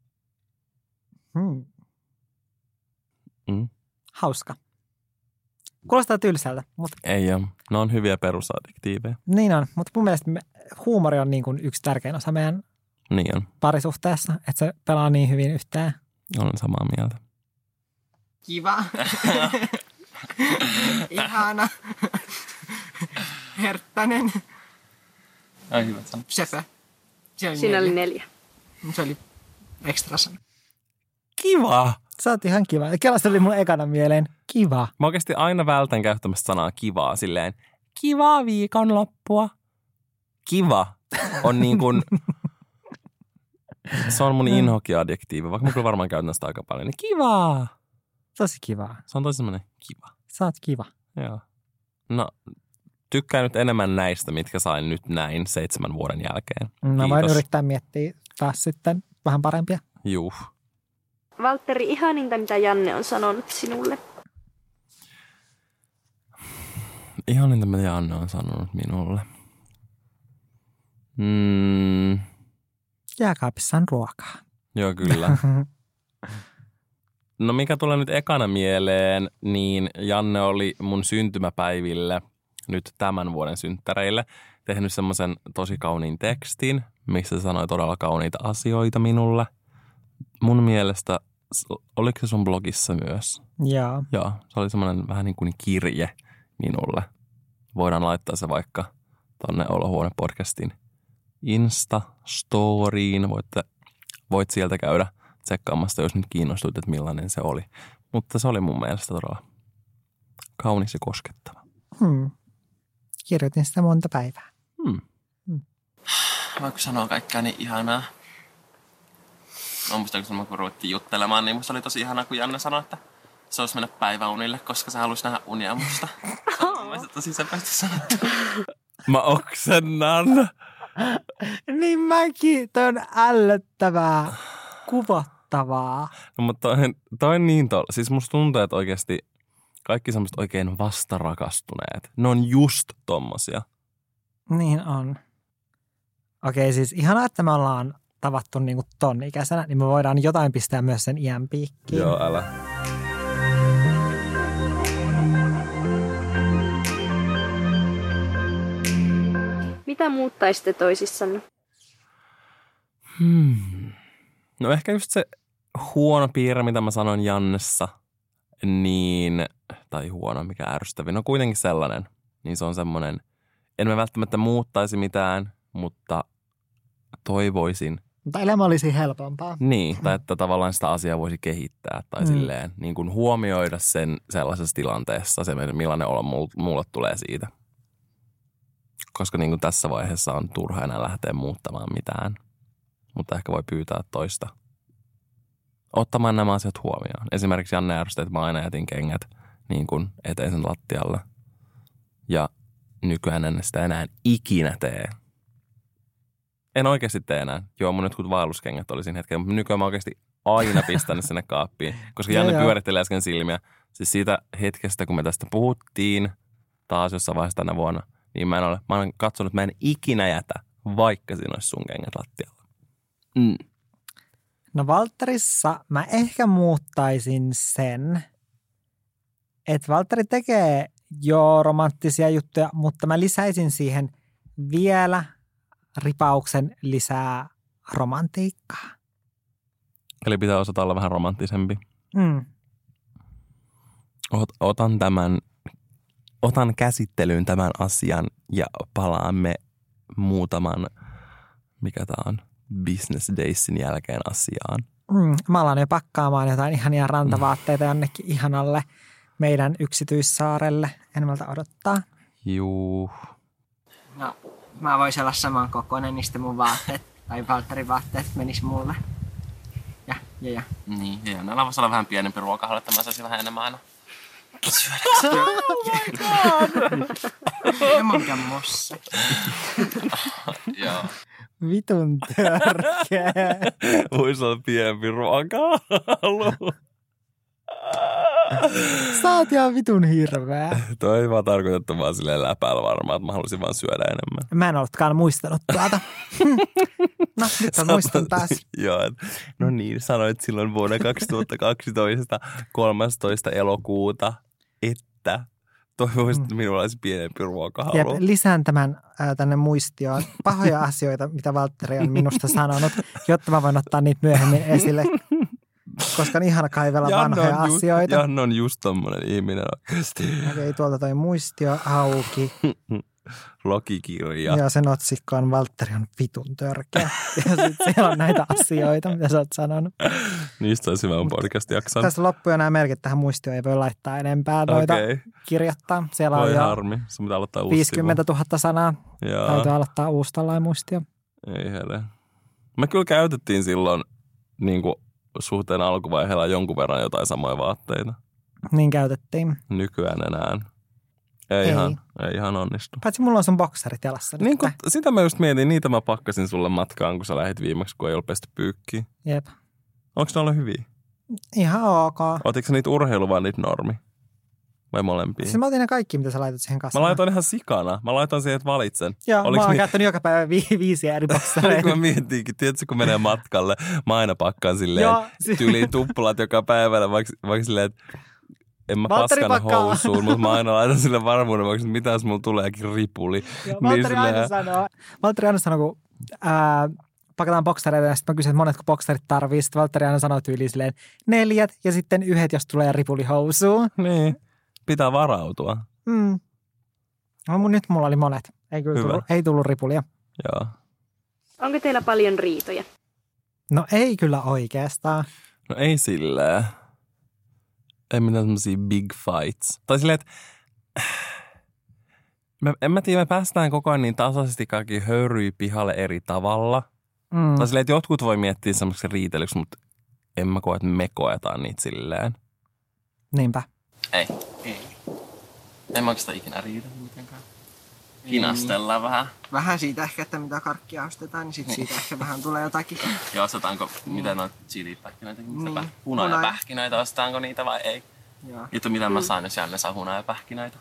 Hmm. Mm. Hauska. Kuulostaa tylsältä, mutta Ei ole. Ne on hyviä perusadjektiiveja. niin on. Mutta mun mielestä me, huumori on niin kuin yksi tärkein osa meidän Niin on. parisuhteessa, että se pelaa niin hyvin yhteen. Olen samaa mieltä. Kiva. Ihana. Herttainen. Ai hyvät sanat. Sepä. Se oli Siinä oli neljä. neljä. Se oli ekstra sana. Kiva! Sä oot ihan kiva. Kelasta oli mun ekana mieleen. Kiva. Mä oikeasti aina vältän käyttämästä sanaa kivaa silleen, kivaa viikonloppua. Kiva on niin kuin, se on mun inhoki-adjektiivi, vaikka mä kyllä varmaan käytän sitä aika paljon. Niin kivaa. Tosi kivaa. Se on tosi semmoinen kiva. Sä oot kiva. Joo. No, tykkään nyt enemmän näistä, mitkä sain nyt näin seitsemän vuoden jälkeen. Mä voin Kiitos. yrittää miettiä taas sitten vähän parempia. Juh. Valtteri, ihaninta mitä Janne on sanonut sinulle. Ihaninta mitä Janne on sanonut minulle. Mm, Jääkaapissa on ruokaa. joo, kyllä. No mikä tulee nyt ekana mieleen, niin Janne oli mun syntymäpäiville nyt tämän vuoden synttäreille tehnyt semmoisen tosi kauniin tekstin, missä se sanoi todella kauniita asioita minulle. Mun mielestä, oliko se sun blogissa myös? Joo. Joo, se oli semmoinen vähän niin kuin kirje minulle. Voidaan laittaa se vaikka tonne Olohuone-podcastin Insta-storiin. Voitte, voit sieltä käydä tsekkaamasta, jos nyt kiinnostuit, että millainen se oli. Mutta se oli mun mielestä todella kaunis ja koskettava. Hmm. Kirjoitin sitä monta päivää. Hmm. Voiko sanoa kaikkea niin ihanaa? No musta kun kun ruvettiin juttelemaan, niin musta oli tosi ihanaa, kun Janne sanoi, että se olisi mennä päiväunille, koska se halusi nähdä unia musta. Se on mun mielestä tosi sepästi sanottu. Mä oksennan. Niin mäkin. Toi on ällöttävää. Kuvottavaa. No, mutta toi, toi on niin tol... Siis musta tuntuu, että oikeasti kaikki semmoista oikein vastarakastuneet. Ne on just tommosia. Niin on. Okei, siis ihanaa, että me ollaan tavattu niinku ton ikäisenä, niin me voidaan jotain pistää myös sen iän piikkiin. Joo, älä. Mitä muuttaisitte toisissanne? Hmm. No ehkä just se huono piirre, mitä mä sanoin Jannessa, niin, tai huono, mikä ärsyttävin, no kuitenkin sellainen. Niin se on semmoinen, en mä välttämättä muuttaisi mitään, mutta toivoisin, Mutta elämä olisi helpompaa. Niin, tai että tavallaan sitä asiaa voisi kehittää tai mm. silleen niin kuin huomioida sen sellaisessa tilanteessa, se millainen olo mulle tulee siitä. Koska niin kuin tässä vaiheessa on turha enää lähteä muuttamaan mitään, mutta ehkä voi pyytää toista ottamaan nämä asiat huomioon. Esimerkiksi Janne ärsytti, että mä aina jätin kengät niin kuin eteisen lattialle ja nykyään en sitä enää ikinä tee. En oikeasti tee enää. Joo, mun jotkut vaelluskengät oli siinä hetkellä, mutta nykyään mä oikeasti aina pistän ne sinne kaappiin. Koska Janne pyöritteli äsken silmiä. Siis siitä hetkestä, kun me tästä puhuttiin taas jossain vaiheessa tänä vuonna, niin mä en ole, mä olen katsonut, että mä en ikinä jätä, vaikka siinä olisi sun kengät lattialla. Mm. No Valtterissa mä ehkä muuttaisin sen, että Valtteri tekee jo romanttisia juttuja, mutta mä lisäisin siihen vielä ripauksen lisää romantiikkaa. Eli pitää osata olla vähän romanttisempi. Mm. Ot, otan tämän, otan käsittelyyn tämän asian ja palaamme muutaman, mikä tää on, business daysin jälkeen asiaan. Mm. Mä alan jo pakkaamaan jotain ihania rantavaatteita jonnekin ihanalle meidän yksityissaarelle. En malta odottaa. Juu. No, mä voisin olla saman kokoinen, niin sitten mun vaatteet tai Valtterin vaatteet menis mulle. Ja, ja, ja. Niin, ja näillä voisi olla vähän pienempi ruokahalle, että mä saisin vähän enemmän aina Ja munkin mossa. Joo. Vitun törkeä. Voisi olla pienempi ruokahalu. Sä oot ihan vitun hirveä. Toi ei vaan tarkoitettu vaan silleen läpäällä varmaan, että mä halusin vaan syödä enemmän. Mä en ollutkaan muistanut tuota. No, nyt on muistan taas. Joo, no niin, sanoit silloin vuonna kaksituhattakaksitoista kolmastoista elokuuta, että toivoisin, että minulla olisi pienempi ruokahalu. Jep, lisään tämän ää, tänne muistioon. Pahoja asioita, mitä Valtteri on minusta sanonut, jotta mä voin ottaa niitä myöhemmin esille. Koska on ihana kaivella Janne vanhoja on asioita. Just, Janne on just tommonen ihminen oikeasti. Okei, okay, tuolta toi muistio auki. Logikirja. Ja sen otsikko on Valtteri on vitun törkeä. Ja sitten siellä on näitä asioita, mitä sä oot sanonut. Niistä olisi hyvä podcast-jakson. Tässä loppuja nämä merkit tähän muistioon. Ei voi laittaa enempää noita okay. kirjoittaa. Siellä voi on jo harmi. Sun pitää aloittaa uusi viisikymmentätuhatta sanaa. Jaa. Täytyy aloittaa uusi tällainen muistio. Ei hele. Me kyllä käytettiin silloin niin kuin suhteen alkuvaiheella jonkun verran jotain samoja vaatteita. Niin käytettiin. Nykyään enää. Ei, ei. Ihan, ei ihan onnistu. Paitsi mulla on sun bokserit jalassa. Niin kun, sitä mä just mietin, niitä mä pakkasin sulle matkaan, kun sä lähdit viimeksi, kun ei ollut pesty pyykkiä. Jep. Onko ne ollut hyviä? Ihan ok. Otitko sä niitä urheilu vai niitä normi? Vai molempia? Siis mä otin ne kaikki, mitä sä laitat siihen kasaan. Mä laitoin ihan sikana. Mä laitoin siihen, että valitsen. Joo, Oliks mä oon ni- käyttänyt joka päivä vi- viisi eri boksereita. Mä mietinkin, tiedätkö, kun menee matkalle, mä aina pakkaan silleen Joo, tyyliin tuppulat joka päivänä, vaikka, vaikka silleen, että en mä Valtteri paskana pakkaa. housuun, mutta mä aina laitan sille varmuuden, vaikka mitä jos mulla tuleekin ripuli. Joo, Valtteri niin aina sanoo, Valtteri aina sanoo, kun ää, pakataan boksereita ja sitten mä kysyn, että monetko bokserit tarvii. Sitten Valtteri aina sanoo tyyliin silleen neljät ja sitten yhdet, jos tulee ripuli housuun. Niin, pitää varautua. Mm. No mun nyt mulla oli monet. Ei, kyllä tullut, ei tullut ripulia. Joo. Onko teillä paljon riitoja? No ei kyllä oikeastaan. No ei silleen. Ei mitään semmosia big fights. Tai silleen, että me, en mä tiedä, me päästään koko ajan niin tasaisesti kaikki höyryy pihalle eri tavalla. Mm. Tai silleen, että jotkut voi miettiä semmoiksi riitelyksi, mutta en mä koe, että me koetaan niitä silleen. Niinpä. Ei. Ei. En mä oikeastaan ikinä riitä mitenkään. Hinastellaan niin. vähän. Vähän siitä ehkä, että mitä karkkia ostetaan, niin sit niin. siitä ehkä vähän tulee jotakin. Ja ostetaanko, niin. mitä noita chilipähkinöitä, niin. hunajapähkinöitä, ostetaanko niitä vai ei? Joo. Juttu, mitä mä saan, jos Janne saa hunajapähkinöitä.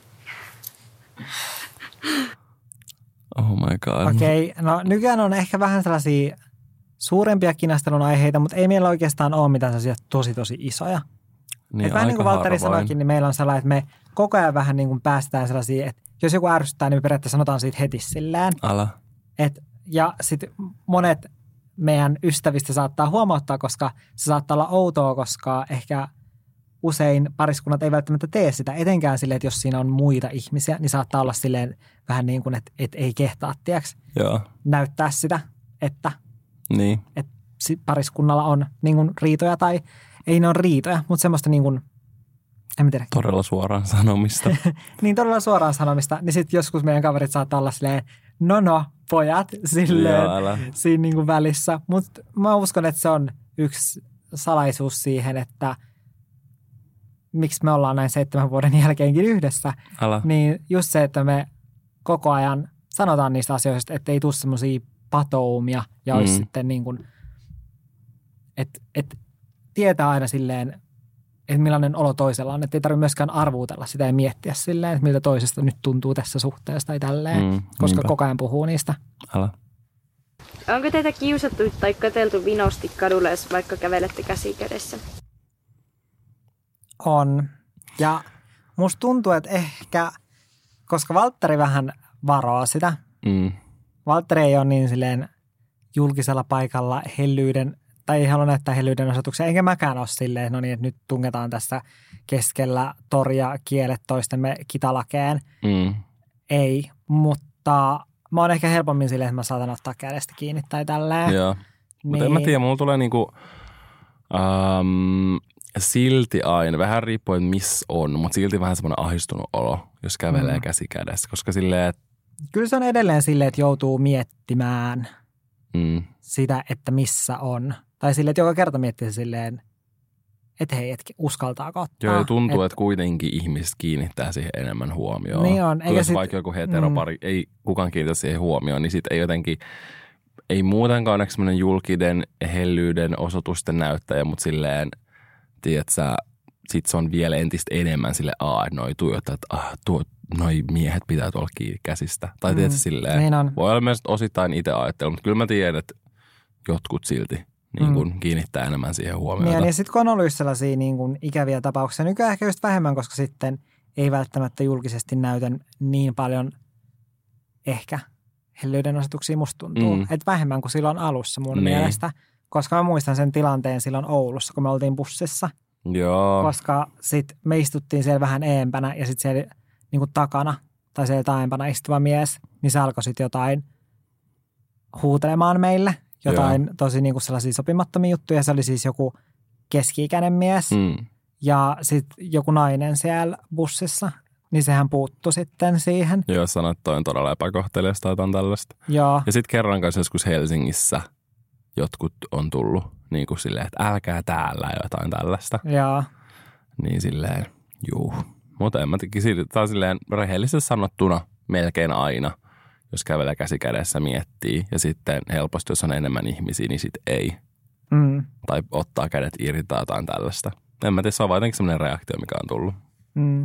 Oh my god. Okei, okay, no nykyään on ehkä vähän sellaisia suurempia kinastelun aiheita, mutta ei meillä oikeastaan ole mitään sellaisia tosi tosi isoja. Niin, että vähän niin kuin Valtteri sanoikin, niin meillä on sellainen, että me koko ajan vähän niin kuin päästään sellaisia, että jos joku ärsyttää, niin me periaatteessa sanotaan siitä heti sillään. Ala. Et, ja sitten monet meidän ystävistä saattaa huomauttaa, koska se saattaa olla outoa, koska ehkä usein pariskunnat ei välttämättä tee sitä. Etenkään silleen, että jos siinä on muita ihmisiä, niin saattaa olla silleen vähän niin kuin, että, että ei kehtaa, tiiäks, Joo. näyttää sitä, että Niin. Että pariskunnalla on niin kuin riitoja tai ei ne ole riitoja, mutta semmoista niin kuin, en mä tiedä. Todella suoraan sanomista. Niin todella suoraan sanomista. Niin sitten joskus meidän kaverit saattaa olla silleen, no no, pojat, silleen Joo, siinä niin kuin välissä. Mutta mä uskon, että se on yksi salaisuus siihen, että miksi me ollaan näin seitsemän vuoden jälkeenkin yhdessä. Älä. Niin just se, että me koko ajan sanotaan niistä asioista, että ei tule semmoisia patoumia ja olisi mm. sitten niin kuin, että et tietää aina silleen, että millainen olo toisella on. Että ei tarvitse myöskään arvuutella sitä ja miettiä silleen, että miltä toisesta nyt tuntuu tässä suhteessa tai tälleen, mm, koska niinpä. Koko ajan puhuu niistä. Älä. Onko teitä kiusattu tai katseltu vinosti kadulla, jos vaikka kävelette käsi kädessä? On. Ja musta tuntuu, että ehkä, koska Valtteri vähän varoaa sitä. Mm. Valtteri ei ole niin silleen julkisella paikalla hellyyden, tai ei halua näyttää hellyyden osoituksia, enkä mäkään ole silleen, no niin, että nyt tungetaan tässä keskellä toria kielet toistemme kitalakeen. Mm. Ei, mutta mä oon ehkä helpommin silleen, että mä saatan ottaa kädestä kiinni tai tälleen. Joo, niin. Mutta en mä tiedä, mulla tulee niinku um, silti aina, vähän riippuen missä on, mutta silti vähän semmoinen ahdistunut olo, jos kävelee mm. käsi kädessä, koska silleen, että kyllä se on edelleen silleen, että joutuu miettimään mm. sitä, että missä on. Tai silleen, että joka kerta miettii silleen, että hei, et uskaltaako ottaa. Joo, ja tuntuu, et, että kuitenkin ihmiset kiinnittää siihen enemmän huomioon. Niin on. Eikä sit, vaikka joku heteropari, mm. ei kukaan kiinnitä siihen huomioon, niin sitten ei jotenkin, ei muutenkaan ole semmoinen julkinen hellyyden osoitusten näyttäjä, mutta silleen, tiedätkö sä, sit se on vielä entistä enemmän sille a, että noi tuijottaa, että ah, tuo, noi miehet pitää tuolla kiinni käsistä. Tai mm. tiedätkö silleen, niin on. Voi olla myös osittain itse ajattelu, mutta kyllä mä tiedän, että jotkut silti niin kun mm. kiinnittää enemmän siihen huomiota. Niin, ja sitten kun on ollut sellaisia niin kun ikäviä tapauksia, nykyään ehkä just vähemmän, koska sitten ei välttämättä julkisesti näytä niin paljon ehkä hellyyden osoituksia musta tuntuu. Mm. Että vähemmän kuin silloin alussa mun niin. mielestä, koska mä muistan sen tilanteen silloin Oulussa, kun me oltiin bussissa. Joo. Koska sitten me istuttiin siellä vähän eempänä ja sitten siellä niin kuin takana tai siellä taempana istuva mies, niin se alkoi sitten jotain huutelemaan meille. Jotain Joo. tosi niin kuin sellaisia sopimattomia juttuja. Se oli siis joku keski-ikäinen mies mm. ja sitten joku nainen siellä bussissa. Niin sehän puuttui sitten siihen. Joo, sanoit, että toi on todella epäkohteliasta tai jotain tällaista. Joo. Ja sitten kerran kanssa joskus Helsingissä jotkut on tullut niin kuin silleen, että älkää täällä jotain tällaista. Joo. Niin silleen, juu. Mutta en mä tiedä, tämä on silleen rehellisesti sanottuna melkein aina, jos kävelee käsi kädessä miettii. Ja sitten helposti, jos on enemmän ihmisiä, niin sit ei. Mm. Tai ottaa kädet irti tai jotain tällaista. En mä tiedä, se on vaan jotenkin semmoinen reaktio, mikä on tullut. Mm.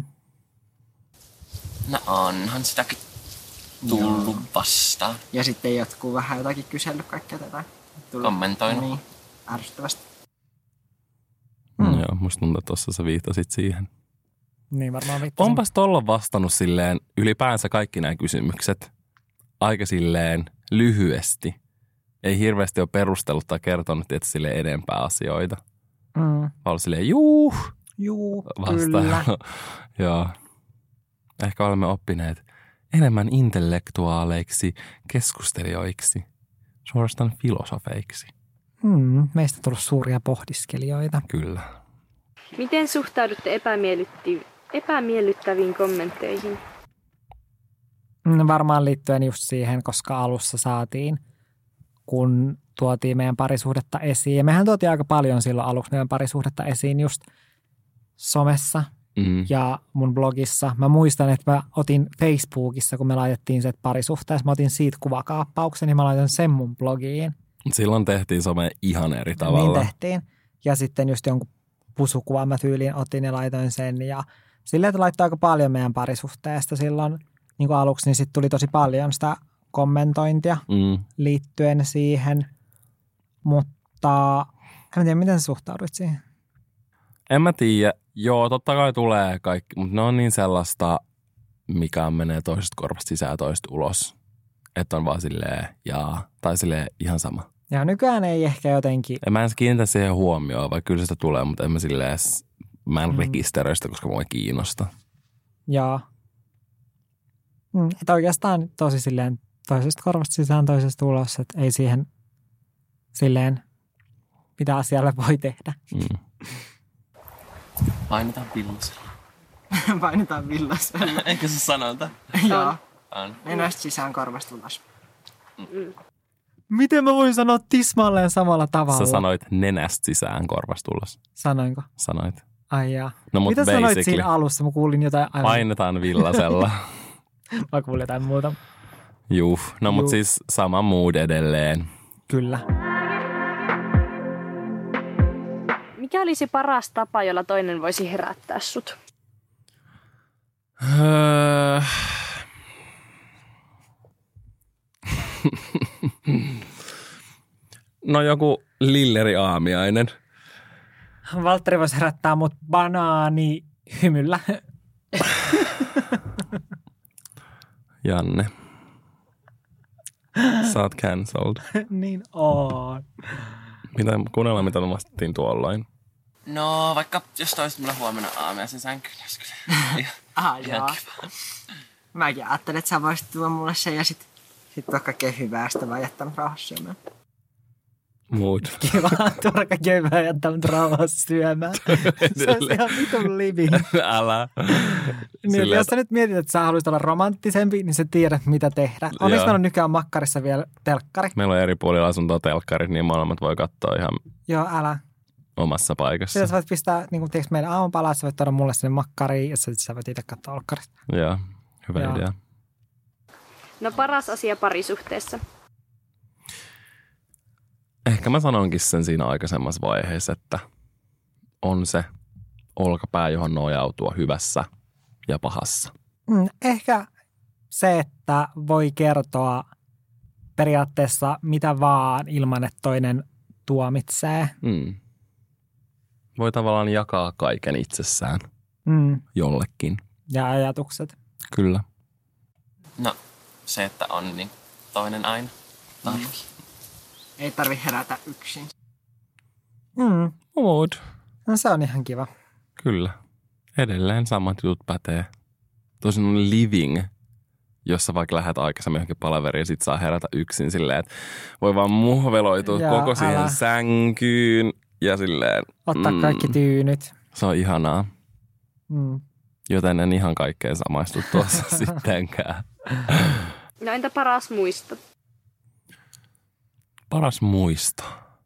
No onhan sitäkin tullut vastaan. Ja sitten jotkut vähän jotakin kysellyt kaikkea tätä. Kommentoinut. Niin, ärsyttävästi. Mm. Joo, musta tuntuu, että tuossa sä viittasit siihen. Niin varmaan viittasin. Onpas tolla vastannut silleen ylipäänsä kaikki nämä kysymykset aika silleen lyhyesti. Ei hirveästi ole perustellut tai kertonut että silleen enempää asioita. Mm. Vaan silleen juu. Juu, Vasta. kyllä. Joo. Ehkä olemme oppineet enemmän intellektuaaleiksi, keskustelijoiksi, suorastaan filosofeiksi. Mm, meistä on tullut suuria pohdiskelijoita. Kyllä. Miten suhtaudutte epämiellytti- epämiellyttäviin kommentteihin? Mm, varmaan liittyen just siihen, koska alussa saatiin, kun tuotiin meidän parisuhdetta esiin. Ja mehän tuotiin aika paljon silloin aluksi meidän parisuhdetta esiin just somessa. Mm. Ja mun blogissa. Mä muistan, että mä otin Facebookissa, kun me laitettiin se parisuhteessa, mä otin siitä kuvakaappauksen, niin mä laitan sen mun blogiin. Silloin tehtiin some ihan eri tavalla. Niin tehtiin. Ja sitten just jonkun pusukuvan mä tyyliin otin ja laitoin sen. Ja silleen, että laittoi aika paljon meidän parisuhteesta silloin niin kuin aluksi, niin sitten tuli tosi paljon sitä kommentointia mm. liittyen siihen. Mutta en tiedä, miten sä suhtauduit siihen? En mä tiedä. Joo, totta kai tulee kaikki, mutta ne on niin sellaista, mikä menee toisesta korvasta sisään ja toista ulos. Että on vaan silleen, jaa, tai silleen ihan sama. Ja nykyään ei ehkä jotenkin. En mä en kiinnitä siihen huomioon, vaikka kyllä sitä tulee, mutta en mä silleen, mä en mm. rekisteröi sitä, koska mua ei kiinnosta. Joo. Mm, että oikeastaan tosi silleen toisesta korvasta sisään, toisesta ulos, että ei siihen silleen, mitä asialle voi tehdä. Mm. Painetaan villasella. Painetaan villasella. Eikö se sanota? Joo. On. Nenästä sisään, korvasta ulos. Miten mä voin sanoa tismalleen samalla tavalla? Sä sanoit nenästä sisään korvasta ulos. Sanoinko? Sanoit. Ai jaa. No, mut mitä sanoit basically siinä alussa? Mä kuulin jotain aivan. painetaan villasella. Mä kuulin jotain muuta. Juh. No mut Juh. siis sama mood edelleen. Kyllä. Mikä olisi paras tapa, jolla toinen voisi herättää sut? Öö... no joku lilleri-aamiainen. Valtteri voisi herättää mut banaani hymyllä. Janne. Sä oot cancelled. Niin on. Mitä, kuunnellaan mitä me vastattiin tuolloin. No, vaikka jos toisit mulle huomenna aamia sen sänkyyn, olisi kyllä ihan, Ah, ihan joo. kiva. Mäkin ajattelin, että sä voisit tuoda mulle sen ja sit, sit tuo kaikkea hyvää, sitä vaan jättänyt rauhassa syömään. Mood. Kiva tuoda kaikkea hyvää ja jättää mut rauhassa syömään. Se olisi ihan vitun livi. Älä. Niin, Silleen, jos sä nyt mietit, että sä haluaisit olla romanttisempi, niin sä tiedät, mitä tehdä. Onneksi Joo. meillä on nykyään makkarissa vielä telkkari. meillä on eri puolilla asuntoa telkkarit, niin molemmat voi katsoa ihan Joo, älä. omassa paikassa. Sitä sä voit pistää, niin kuin tiedätkö, meidän aamupalaa, sä voit tuoda mulle sinne makkariin ja sitten sä voit itse katsoa olkkarista. Joo, hyvä Joo. idea. No paras asia parisuhteessa. Ehkä mä sanonkin sen siinä aikaisemmassa vaiheessa, että on se olkapää, johon nojautua hyvässä ja pahassa. Mm, ehkä se, että voi kertoa periaatteessa mitä vaan ilman, että toinen tuomitsee. Mm. Voi tavallaan jakaa kaiken itsessään Mm, jollekin. ja ajatukset. Kyllä. No, se, että on niin toinen aina. Tarki. Mm. Ei tarvi herätä yksin. Mm, Mood. no se on ihan kiva. Kyllä. Edelleen samat jutut pätee. Tosin on living, jossa vaikka lähdet aikaisemmin johonkin palaveriin ja sit saa herätä yksin silleen, että voi vaan muhveloitua Joo, koko siihen älä. sänkyyn ja silleen. Ottaa mm, kaikki tyynyt. Se on ihanaa. Mm. Joten en ihan kaikkeen samaistu tuossa sittenkään. No entä paras muisto? Paras muisto.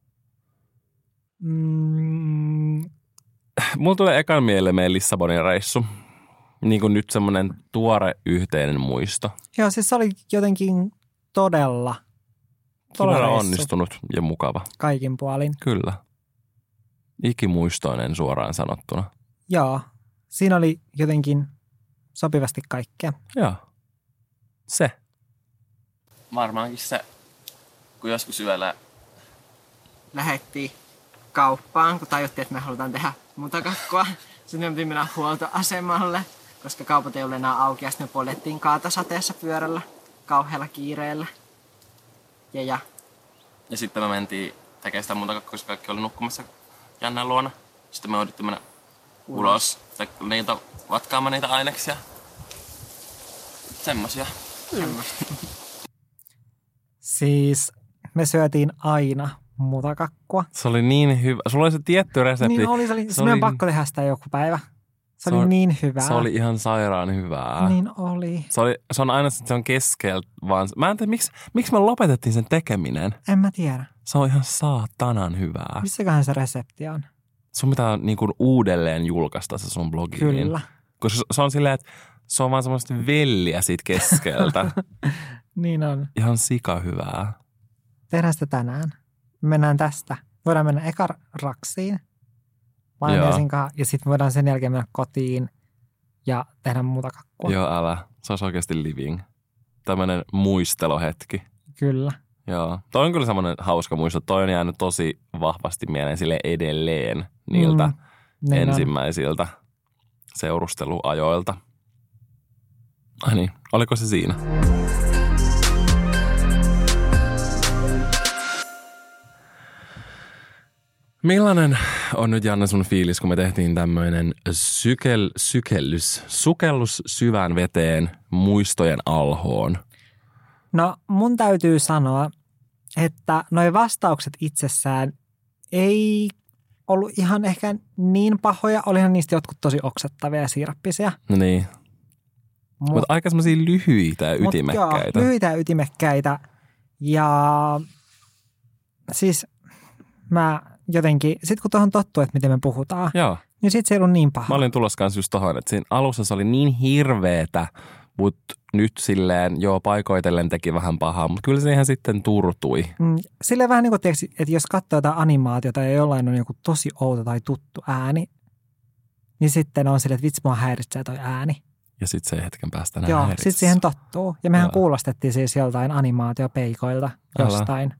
Mm, Mulla tulee ekan mieleen meidän Lissabonin reissu. Niin kuin nyt semmoinen tuore yhteinen muisto. joo, siis se oli jotenkin todella, Todella reissu onnistunut ja mukava. kaikin puolin. Kyllä. Ikimuistoinen suoraan sanottuna. Joo, siinä oli jotenkin sopivasti kaikkea. Joo. Se. Varmaankin se, kun joskus yöllä Lähettiin kauppaan, kun tajuttiin, että me halutaan tehdä mutakakkua. Sitten me piti mennä huoltoasemalle, koska kaupat ei ole enää auki. Ja sitten me poljettiin kaatosateessa pyörällä kauhealla kiireellä. Ja ja. Ja sitten me mentiin tekemään sitä muuta, koska kaikki oli nukkumassa Jannen luona. Sitten me jouduttiin mennä ulos, ulos. niitä vatkaamaan niitä aineksia. Semmosia. Semmosta. Siis me syötiin aina mutakakkua. Se oli niin hyvä. Sulla oli se tietty resepti. Niin oli, se oli, se se meidän oli, pakko tehdä sitä joku päivä. Se, Se oli on- niin hyvää. se oli ihan sairaan hyvää. Niin oli. Se, oli, se on aina, se on keskeltä vaan. Mä en tiedä, miksi, miksi me lopetettiin sen tekeminen. En mä tiedä. Se on ihan saatanan hyvää. Missäköhän se resepti on? Sun pitää niin kuin uudelleen julkaista se sun blogiin. Kyllä. Koska se on silleen, että se on vaan semmoista velliä siitä keskeltä. Niin on. Ihan sika hyvää. Tehdään sitä tänään. Me mennään tästä. Voidaan mennä eka raksiin. Majoneesin kanssa. Ja sitten voidaan sen jälkeen mennä kotiin ja tehdä muuta kakkua. Joo, älä. Se olisi oikeasti living. Tämmöinen muistelohetki. Kyllä. Joo. Toi on kyllä semmoinen hauska muisto. Toi on jäänyt tosi vahvasti mieleen sille edelleen niiltä Mm, niin on. ensimmäisiltä seurusteluajoilta. Ai niin, oliko se siinä? Millainen on nyt, Janne, sun fiilis, kun me tehtiin tämmöinen sykel, sykellys, sukellus syvään veteen muistojen alhoon? No mun täytyy sanoa, että noi vastaukset itsessään ei ollut ihan ehkä niin pahoja. Olihan niistä jotkut tosi oksettavia ja siirappisia. No niin. Mutta Mut aika semmoisia lyhyitä ja mut ytimekkäitä. Joo, lyhyitä ja ytimekkäitä. Ja siis mä jotenkin, sit kun tuohon tottuu, että miten me puhutaan, Joo. niin sit se ei ollut niin paha. Mä olin tulossa kanssa just tohon, että siinä alussa se oli niin hirveetä, mutta nyt silleen, joo, paikoitellen teki vähän pahaa, mutta kyllä se ihan sitten turtui. Mm, silleen vähän niin kuin, tiiäks, että jos katsoo jotain animaatiota ja jollain on joku tosi outo tai tuttu ääni, niin sitten on silleen, että vitsi, mua häiritsee toi ääni. Ja sitten se hetken päästä näin Joo, häiritsee. sitten siihen tottuu. Ja mehän Joo. kuulostettiin siis joltain animaatiopeikoilta jostain.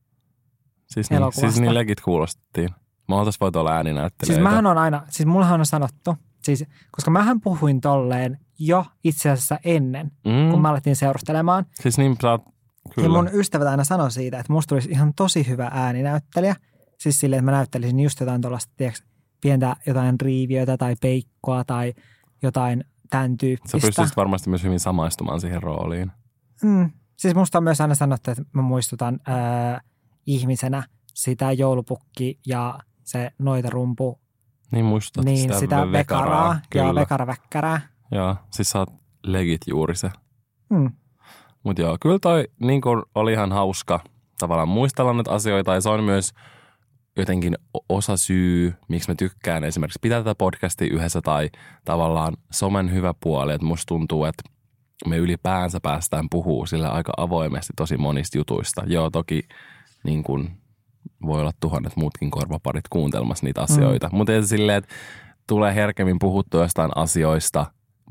Siis niin, siis niin legit kuulostettiin. Me oltaisiin voitu olla ääninäyttelijöitä. Siis mähän on aina, siis mullahan on sanottu, siis, koska mähän puhuin tolleen jo itse asiassa ennen, Mm. kun mä alettiin seurustelemaan. Siis niin sä oot, kyllä. Ja mun ystävät aina sanoi siitä, että musta tulisi ihan tosi hyvä ääninäyttelijä. Siis silleen, että mä näyttelisin just jotain tuollaista, tiedätkö, pientä jotain riiviötä tai peikkoa tai jotain tämän tyyppistä. Sä pystyisit varmasti myös hyvin samaistumaan siihen rooliin. Mm. Siis musta on myös aina sanottu, että mä muistutan ää, ihmisenä sitä joulupukki ja se noitarumpu. Niin muistutat Niin, sitä, sitä vekaraa. Kyllä. Joo, vekaraväkkärää. Joo, siis sä oot legit juuri se. Mm. Mutta joo, kyllä toi niin kun oli ihan hauska tavallaan muistella näitä asioita ja se on myös jotenkin osa syy, miksi mä tykkään esimerkiksi pitää tätä podcastia yhdessä tai tavallaan somen hyvä puoli, että musta tuntuu, että me ylipäänsä päästään puhuu sillä aika avoimesti tosi monista jutuista. Joo, toki niin kun voi olla tuhannet muutkin korvaparit kuuntelmassa niitä asioita, mm. mutta silleen, että tulee herkemmin puhuttua jostain asioista,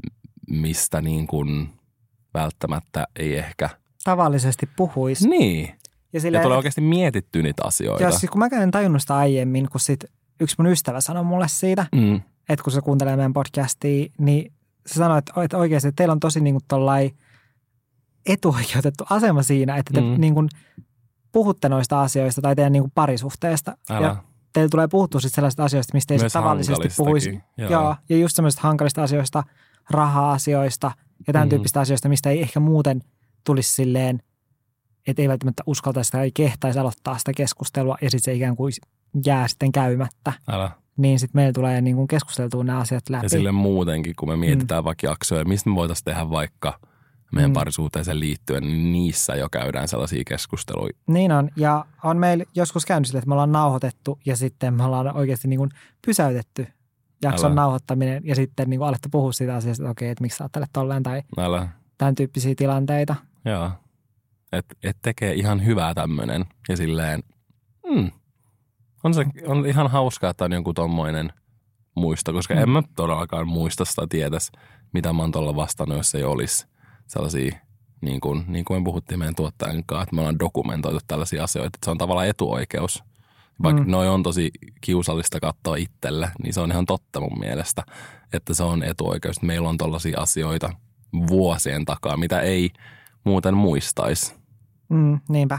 mistä niin kun välttämättä ei ehkä Tavallisesti puhuisi. Niin. Ja, silleen, ja tulee oikeasti mietittyä niitä asioita. Ja siis kun mä en tajunnut sitä aiemmin, kun sit yksi mun ystävä sanoi mulle siitä, Mm. että kun se kuuntelee meidän podcastia, niin se sanoi, että, että oikeasti että teillä on tosi niin kuin tollai etuoikeutettu asema siinä, että te Mm. niin kuin puhutte noista asioista tai teidän niin kuin parisuhteesta. Älä. Ja teillä tulee puhuttua sitten sellaisista asioista, mistä ei Myös sit tavallisesti puhuisi. Joo. Joo, ja just semmoisista hankalista asioista, raha-asioista ja tämän Mm. tyyppistä asioista, mistä ei ehkä muuten tulisi silleen, että ei välttämättä uskaltaisi tai ei kehtaisi aloittaa sitä keskustelua ja sitten se ikään kuin jää sitten käymättä. Älä. Niin sitten meillä tulee niin kuin keskusteltua nämä asiat läpi. Ja sille muutenkin, kun me mietitään mm. vaikka jaksoja, mistä me voitaisiin tehdä vaikka meidän mm. parisuhteeseen liittyen, niin niissä jo käydään sellaisia keskusteluja. Niin on. Ja on meillä joskus käynyt sille, että me ollaan nauhoitettu ja sitten me ollaan oikeasti niin kuin pysäytetty jakson Älä. nauhoittaminen ja sitten niin kuin alettu puhua siitä asiasta, että okei, että miksi sä ajattelet tolleen tai Älä. tämän tyyppisiä tilanteita. Joo. Että et tekee ihan hyvää tämmöinen ja silleen, mm, on se on ihan hauskaa, että on jonkun tommoinen muisto, koska mm. en mä todellakaan muista sitä tietäisi, mitä mä oon tuolla vastannut, jos ei olisi sellaisia, niin kuin, niin kuin me puhuttiin meidän tuottajan kanssa, että me ollaan dokumentoitu tällaisia asioita, että se on tavallaan etuoikeus. Vaikka mm. noi on tosi kiusallista katsoa itselle, niin se on ihan totta mun mielestä, että se on etuoikeus, että meillä on tollaisia asioita vuosien takaa, mitä ei muuten muistaisi. Mm, niinpä.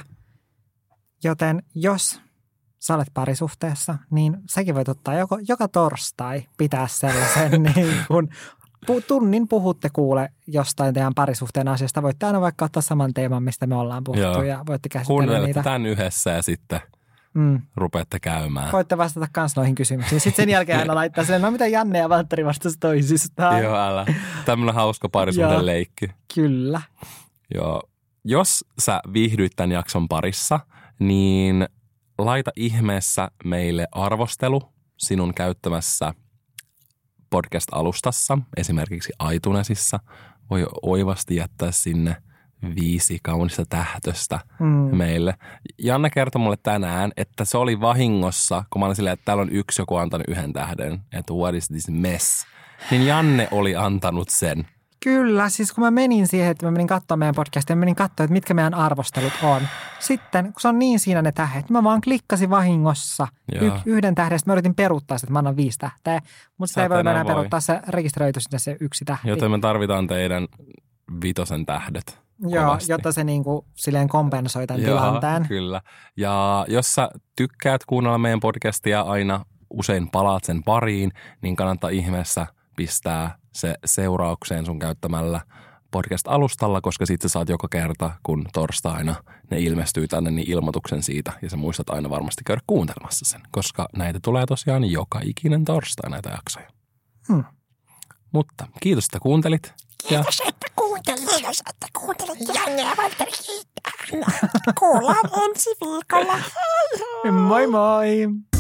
Joten jos sä olet parisuhteessa, niin säkin voit ottaa joko, joka torstai pitää sellaisen niin kun tunnin puhutte kuule jostain teidän parisuhteen asiasta. Voitte aina vaikka ottaa saman teeman, mistä me ollaan puhuttu Joo. ja voitte käsitellä Kuunnelette niitä. tämän yhdessä ja sitten mm. rupeatte käymään. Voitte vastata kans noihin kysymyksiin. Sitten sen jälkeen aina laittaa sen, no mitä Janne ja Valtteri vastasi toisistaan. Joo, älä. Tämmöinen hauska parisuhden leikki. Kyllä. Joo. Jos sä viihdyit tämän jakson parissa, niin laita ihmeessä meille arvostelu sinun käyttämässä podcast-alustassa, esimerkiksi iTunesissa. Voi oivasti jättää sinne viisi kaunista tähtöstä mm. meille. Janne kertoi mulle tänään, että se oli vahingossa, kun mä olin silleen, että täällä on yksi joku antanut yhden tähden, että what is this mess? Niin Janne oli antanut sen. Kyllä, siis kun mä menin siihen, että mä menin katsomaan meidän podcastia, mä menin katsomaan, että mitkä meidän arvostelut on. Sitten, kun se on niin siinä ne tähdet, mä vaan klikkasin vahingossa y- yhden tähden, sitten mä yritin peruuttaa sitä, että mä annan viisi tähteä, mutta sitä ei voi enää voi. peruuttaa, se rekisteröity sinne se yksi tähti. Joten me tarvitaan teidän vitosen tähdet. Joo, kovasti. Jotta se niin kuin silleen kompensoi tämän Joo, tilanteen. Kyllä. Ja jos sä tykkäät kuunnella meidän podcastia aina, usein palaat sen pariin, niin kannattaa ihmeessä pistää se seuraukseen sun käyttämällä podcast-alustalla, koska sit sä saat joka kerta, kun torstaina ne ilmestyy tänne, niin ilmoituksen siitä. Ja sä muistat aina varmasti käydä kuuntelemassa sen, koska näitä tulee tosiaan joka ikinen torstai näitä jaksoja. Hmm. Mutta kiitos, että kuuntelit. Kiitos, ja... että kuuntelit. Kiitos, että kuuntelit. Janne ja Valtteri kiittää. Kuullaan ensi viikolla. Hei hei. Moi moi.